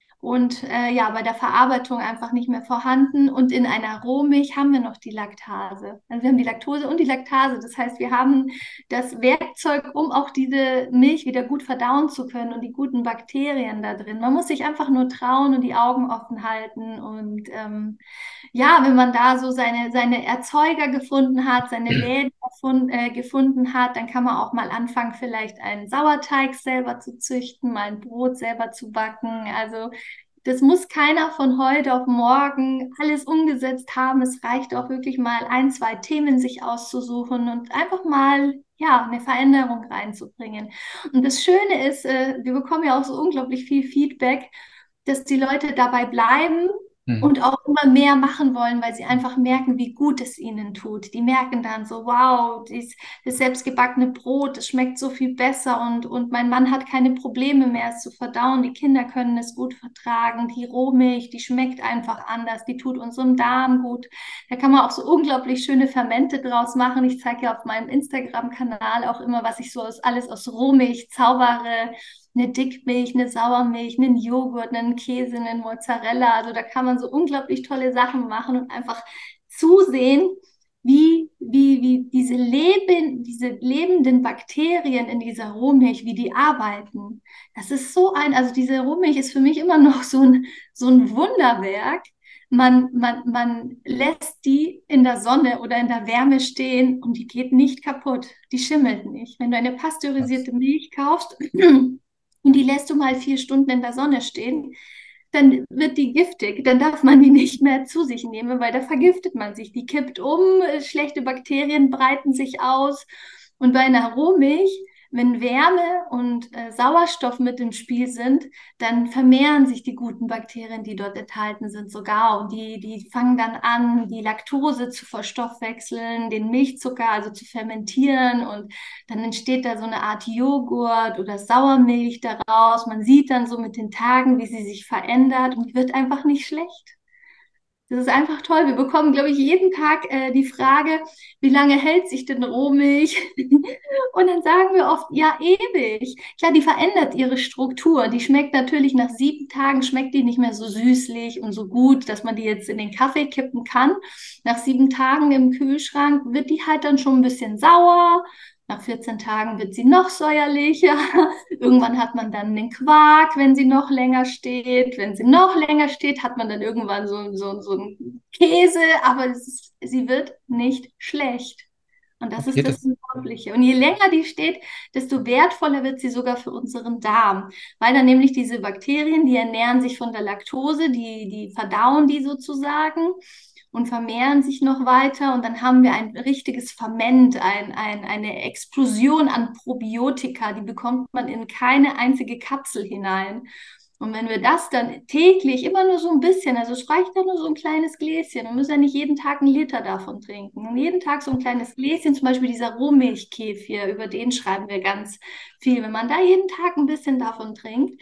und äh, ja, bei der Verarbeitung einfach nicht mehr vorhanden. Und in einer Rohmilch haben wir noch die Laktase. Also wir haben die Laktose und die Laktase. Das heißt, wir haben das Werkzeug, um auch diese Milch wieder gut verdauen zu können und die guten Bakterien da drin. Man muss sich einfach nur trauen und die Augen offen halten. Und ähm, ja, wenn man da so seine, seine Erzeuger gefunden hat, seine Läden gefun äh, gefunden hat, dann kann man auch mal anfangen, vielleicht einen Sauerteig selber zu züchten, mal ein Brot selber zu backen. Also das muss keiner von heute auf morgen alles umgesetzt haben. Es reicht auch wirklich mal ein, zwei Themen sich auszusuchen und einfach mal ja, eine Veränderung reinzubringen. Und das Schöne ist, äh, wir bekommen ja auch so unglaublich viel Feedback, dass die Leute dabei bleiben hm, und auch immer mehr machen wollen, weil sie einfach merken, wie gut es ihnen tut. Die merken dann so, wow, dies, das selbstgebackene Brot, das schmeckt so viel besser, und, und mein Mann hat keine Probleme mehr, es zu verdauen. Die Kinder können es gut vertragen. Die Rohmilch, die schmeckt einfach anders, die tut unserem Darm gut. Da kann man auch so unglaublich schöne Fermente draus machen. Ich zeige ja auf meinem Instagram-Kanal auch immer, was ich so aus, alles aus Rohmilch zaubere. Eine Dickmilch, eine Sauermilch, einen Joghurt, einen Käse, einen Mozzarella. Also da kann man so unglaublich tolle Sachen machen und einfach zusehen, wie, wie, wie diese Leben, diese lebenden Bakterien in dieser Rohmilch, wie die arbeiten. Das ist so ein, also diese Rohmilch ist für mich immer noch so ein, so ein Wunderwerk. Man, man, man lässt die in der Sonne oder in der Wärme stehen und die geht nicht kaputt. Die schimmelt nicht. Wenn du eine krass. pasteurisierte Milch kaufst, und die lässt du mal vier Stunden in der Sonne stehen, dann wird die giftig, dann darf man die nicht mehr zu sich nehmen, weil da vergiftet man sich. Die kippt um, schlechte Bakterien breiten sich aus. Und bei einer Rohmilch wenn Wärme und äh, Sauerstoff mit im Spiel sind, dann vermehren sich die guten Bakterien, die dort enthalten sind, sogar. Und die, die fangen dann an, die Laktose zu verstoffwechseln, den Milchzucker also zu fermentieren. Und dann entsteht da so eine Art Joghurt oder Sauermilch daraus. Man sieht dann so mit den Tagen, wie sie sich verändert und die wird einfach nicht schlecht. Das ist einfach toll. Wir bekommen, glaube ich, jeden Tag äh, die Frage, wie lange hält sich denn Rohmilch? Und dann sagen wir oft, ja, ewig. Klar, die verändert ihre Struktur. Die schmeckt natürlich nach sieben Tagen, schmeckt die nicht mehr so süßlich und so gut, dass man die jetzt in den Kaffee kippen kann. Nach sieben Tagen im Kühlschrank wird die halt dann schon ein bisschen sauer. Nach vierzehn Tagen wird sie noch säuerlicher. Irgendwann hat man dann den Quark, wenn sie noch länger steht. Wenn sie noch länger steht, hat man dann irgendwann so, so, so einen Käse. Aber es ist, sie wird nicht schlecht. Und das Okay, ist das, das Unglaubliche. Und je länger die steht, desto wertvoller wird sie sogar für unseren Darm. Weil dann nämlich diese Bakterien, die ernähren sich von der Laktose, die, die verdauen die sozusagen und vermehren sich noch weiter. Und dann haben wir ein richtiges Ferment, ein, ein, eine Explosion an Probiotika. Die bekommt man in keine einzige Kapsel hinein. Und wenn wir das dann täglich immer nur so ein bisschen, also es reicht ja nur so ein kleines Gläschen, wir müssen ja nicht jeden Tag einen Liter davon trinken. Und jeden Tag so ein kleines Gläschen, zum Beispiel dieser Rohmilchkefir, über den schreiben wir ganz viel. Wenn man da jeden Tag ein bisschen davon trinkt,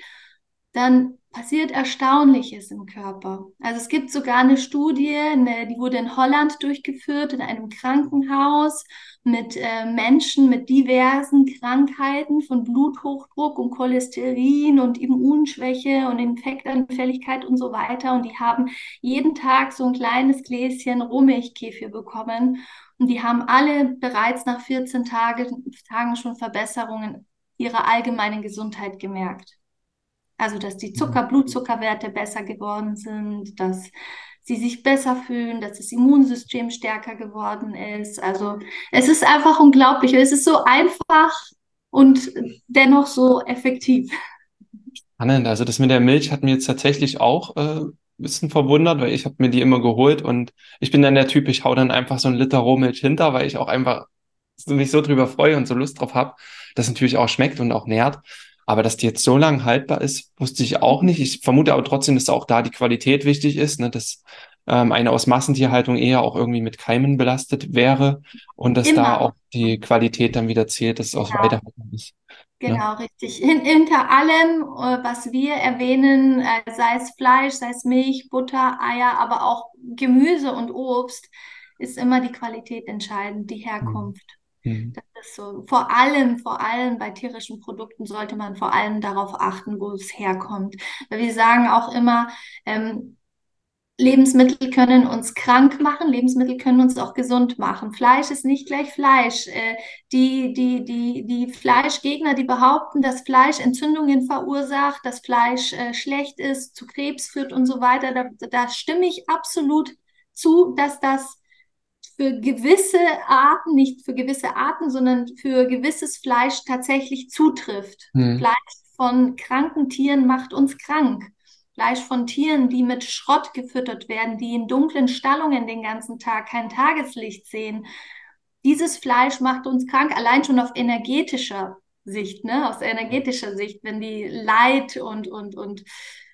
dann passiert Erstaunliches im Körper. Also es gibt sogar eine Studie, eine, die wurde in Holland durchgeführt, in einem Krankenhaus mit äh, Menschen mit diversen Krankheiten von Bluthochdruck und Cholesterin und Immunschwäche und Infektanfälligkeit und so weiter. Und die haben jeden Tag so ein kleines Gläschen Rohmilchkefir bekommen. Und die haben alle bereits nach vierzehn Tage, Tagen schon Verbesserungen ihrer allgemeinen Gesundheit gemerkt. Also, dass die Zucker, Blutzuckerwerte besser geworden sind, dass sie sich besser fühlen, dass das Immunsystem stärker geworden ist. Also, es ist einfach unglaublich. Es ist so einfach und dennoch so effektiv. spannend. Also das mit der Milch hat mir jetzt tatsächlich auch äh, ein bisschen verwundert, weil ich habe mir die immer geholt und ich bin dann der Typ, ich hau dann einfach so einen Liter Rohmilch hinter, weil ich auch einfach so- mich so drüber freue und so Lust drauf habe, dass es natürlich auch schmeckt und auch nährt. Aber dass die jetzt so lange haltbar ist, wusste ich auch nicht. Ich vermute aber trotzdem, dass auch da die Qualität wichtig ist, ne? Dass ähm, eine aus Massentierhaltung eher auch irgendwie mit Keimen belastet wäre und dass da Immer. auch die Qualität dann wieder zählt, dass es aus Genau. Weidehaltung ist. Ne? Genau, richtig. Hin, hinter allem, äh, was wir erwähnen, äh, sei es Fleisch, sei es Milch, Butter, Eier, aber auch Gemüse und Obst, ist immer die Qualität entscheidend, die Mhm. Herkunft. Mhm. Das ist so. Vor allem, vor allem bei tierischen Produkten sollte man vor allem darauf achten, wo es herkommt. Weil wir sagen auch immer, ähm, Lebensmittel können uns krank machen, Lebensmittel können uns auch gesund machen. Fleisch ist nicht gleich Fleisch. Äh, die, die, die, die Fleischgegner, die behaupten, dass Fleisch Entzündungen verursacht, dass Fleisch äh, schlecht ist, zu Krebs führt und so weiter, da, da stimme ich absolut zu, dass das für gewisse Arten, nicht für gewisse Arten, sondern für gewisses Fleisch tatsächlich zutrifft. Mhm. Fleisch von kranken Tieren macht uns krank. Fleisch von Tieren, die mit Schrott gefüttert werden, die in dunklen Stallungen den ganzen Tag kein Tageslicht sehen. Dieses Fleisch macht uns krank, allein schon auf energetischer Sicht, ne? Aus energetischer Sicht, wenn die Leid und, und, und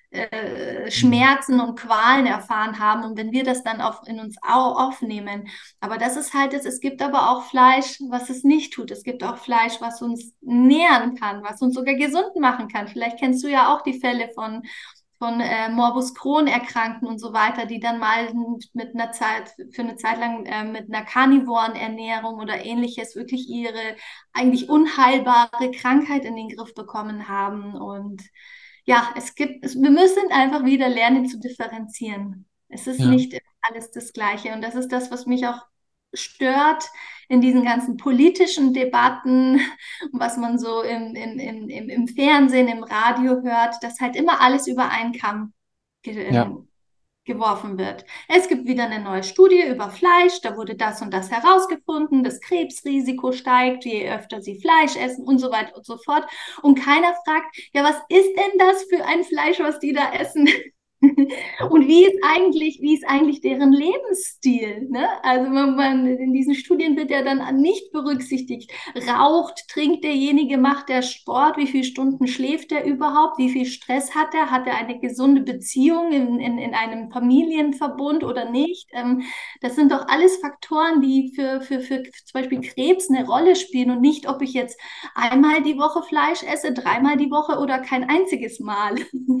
äh, Mhm. Schmerzen und Qualen erfahren haben und wenn wir das dann auf, in uns au aufnehmen. Aber das ist halt es, es gibt aber auch Fleisch, was es nicht tut. Es gibt auch Fleisch, was uns nähren kann, was uns sogar gesund machen kann. Vielleicht kennst du ja auch die Fälle von von äh, Morbus Crohn Erkrankten und so weiter, die dann mal mit einer Zeit, für eine Zeit lang äh, mit einer karnivoren Ernährung oder ähnliches wirklich ihre eigentlich unheilbare Krankheit in den Griff bekommen haben. Und ja, es gibt, es, wir müssen einfach wieder lernen zu differenzieren. Es ist Ja, nicht alles das Gleiche. Und das ist das, was mich auch stört in diesen ganzen politischen Debatten, was man so im, im, im, im im Fernsehen, im Radio hört, dass halt immer alles über einen Kamm ge ja, ähm, geworfen wird. Es gibt wieder eine neue Studie über Fleisch, da wurde das und das herausgefunden, das Krebsrisiko steigt, je öfter sie Fleisch essen und so weiter und so fort. Und keiner fragt, ja, was ist denn das für ein Fleisch, was die da essen? Und wie ist eigentlich, wie ist eigentlich deren Lebensstil? Ne? Also man, man, in diesen Studien wird ja dann nicht berücksichtigt. Raucht, trinkt derjenige, macht der Sport, wie viele Stunden schläft er überhaupt, wie viel Stress hat er, hat er eine gesunde Beziehung in, in, in einem Familienverbund oder nicht? Ähm, das sind doch alles Faktoren, die für, für, für zum Beispiel Krebs eine Rolle spielen und nicht, ob ich jetzt einmal die Woche Fleisch esse, dreimal die Woche oder kein einziges Mal.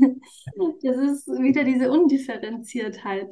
Das ist wieder diese Undifferenziertheit.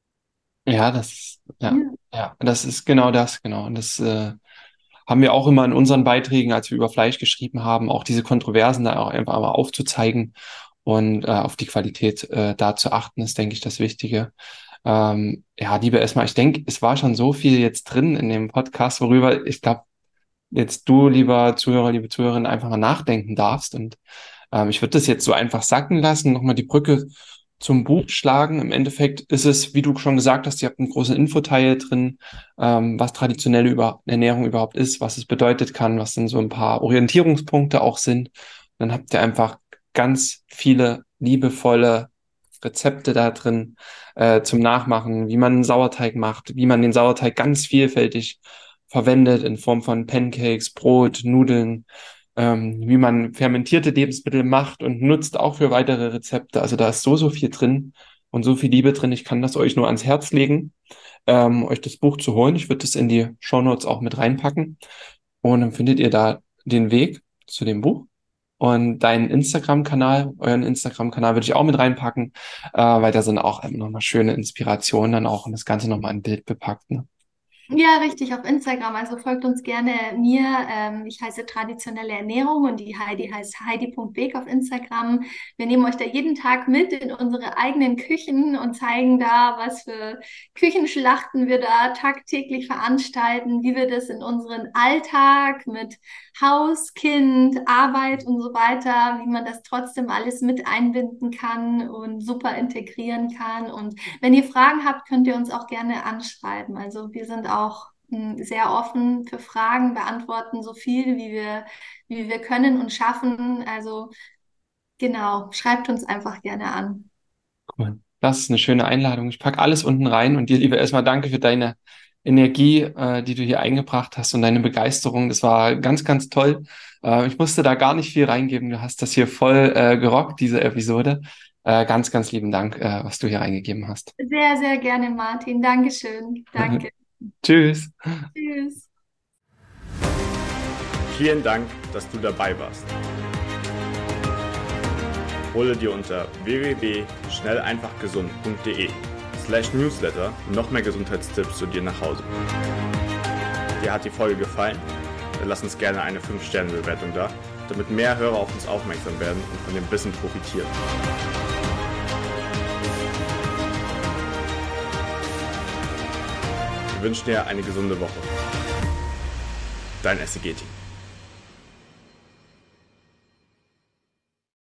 Ja, das, ja, Ja. ja, das ist genau das, genau. Und das äh, haben wir auch immer in unseren Beiträgen, als wir über Fleisch geschrieben haben, auch diese Kontroversen da auch einfach mal aufzuzeigen und äh, auf die Qualität äh, da zu achten, ist, denke ich, das Wichtige. Ähm, ja, liebe Esma, ich denke, es war schon so viel jetzt drin in dem Podcast, worüber ich glaube, jetzt du, lieber Zuhörer, liebe Zuhörerin, einfach mal nachdenken darfst. Und ähm, ich würde das jetzt so einfach sacken lassen, nochmal die Brücke zum Buch schlagen. Im Endeffekt ist es, wie du schon gesagt hast, ihr habt einen großen Infoteil drin, ähm, was traditionelle über Ernährung überhaupt ist, was es bedeutet kann, was dann so ein paar Orientierungspunkte auch sind. Dann habt ihr einfach ganz viele liebevolle Rezepte da drin äh, zum Nachmachen, wie man einen Sauerteig macht, wie man den Sauerteig ganz vielfältig verwendet in Form von Pancakes, Brot, Nudeln, ähm, wie man fermentierte Lebensmittel macht und nutzt auch für weitere Rezepte. Also da ist so, so viel drin und so viel Liebe drin. Ich kann das euch nur ans Herz legen, ähm, euch das Buch zu holen. Ich würde das in die Shownotes auch mit reinpacken und dann findet ihr da den Weg zu dem Buch. Und deinen Instagram-Kanal, euren Instagram-Kanal würde ich auch mit reinpacken, äh, weil da sind auch nochmal schöne Inspirationen dann auch und das Ganze nochmal in Bild bepackt. Ne? Ja, richtig, auf Instagram. Also folgt uns gerne mir. Ähm, ich heiße Traditionelle Ernährung und die Heidi heißt heidi punkt beek auf Instagram. Wir nehmen euch da jeden Tag mit in unsere eigenen Küchen und zeigen da, was für Küchenschlachten wir da tagtäglich veranstalten, wie wir das in unseren Alltag mit Haus, Kind, Arbeit und so weiter, wie man das trotzdem alles mit einbinden kann und super integrieren kann. Und wenn ihr Fragen habt, könnt ihr uns auch gerne anschreiben. Also wir sind auch mh, sehr offen für Fragen, beantworten so viel, wie wir, wie wir können und schaffen. Also genau, schreibt uns einfach gerne an. Cool. Das ist eine schöne Einladung. Ich packe alles unten rein und dir, liebe erstmal danke für deine Energie, äh, die du hier eingebracht hast und deine Begeisterung. Das war ganz, ganz toll. Äh, ich musste da gar nicht viel reingeben. Du hast das hier voll äh, gerockt, diese Episode. Äh, ganz, ganz lieben Dank, äh, was du hier reingegeben hast. Sehr, sehr gerne, Martin. Dankeschön. Danke. Tschüss. Tschüss. Vielen Dank, dass du dabei warst. Hole dir unter w w w punkt schnell einfach gesund punkt de slash newsletter noch mehr Gesundheitstipps zu dir nach Hause. Dir hat die Folge gefallen? Dann lass uns gerne eine fünf Sterne Bewertung da, damit mehr Hörer auf uns aufmerksam werden und von dem Wissen profitieren. Wir wünschen dir eine gesunde Woche. Dein S C G-Team.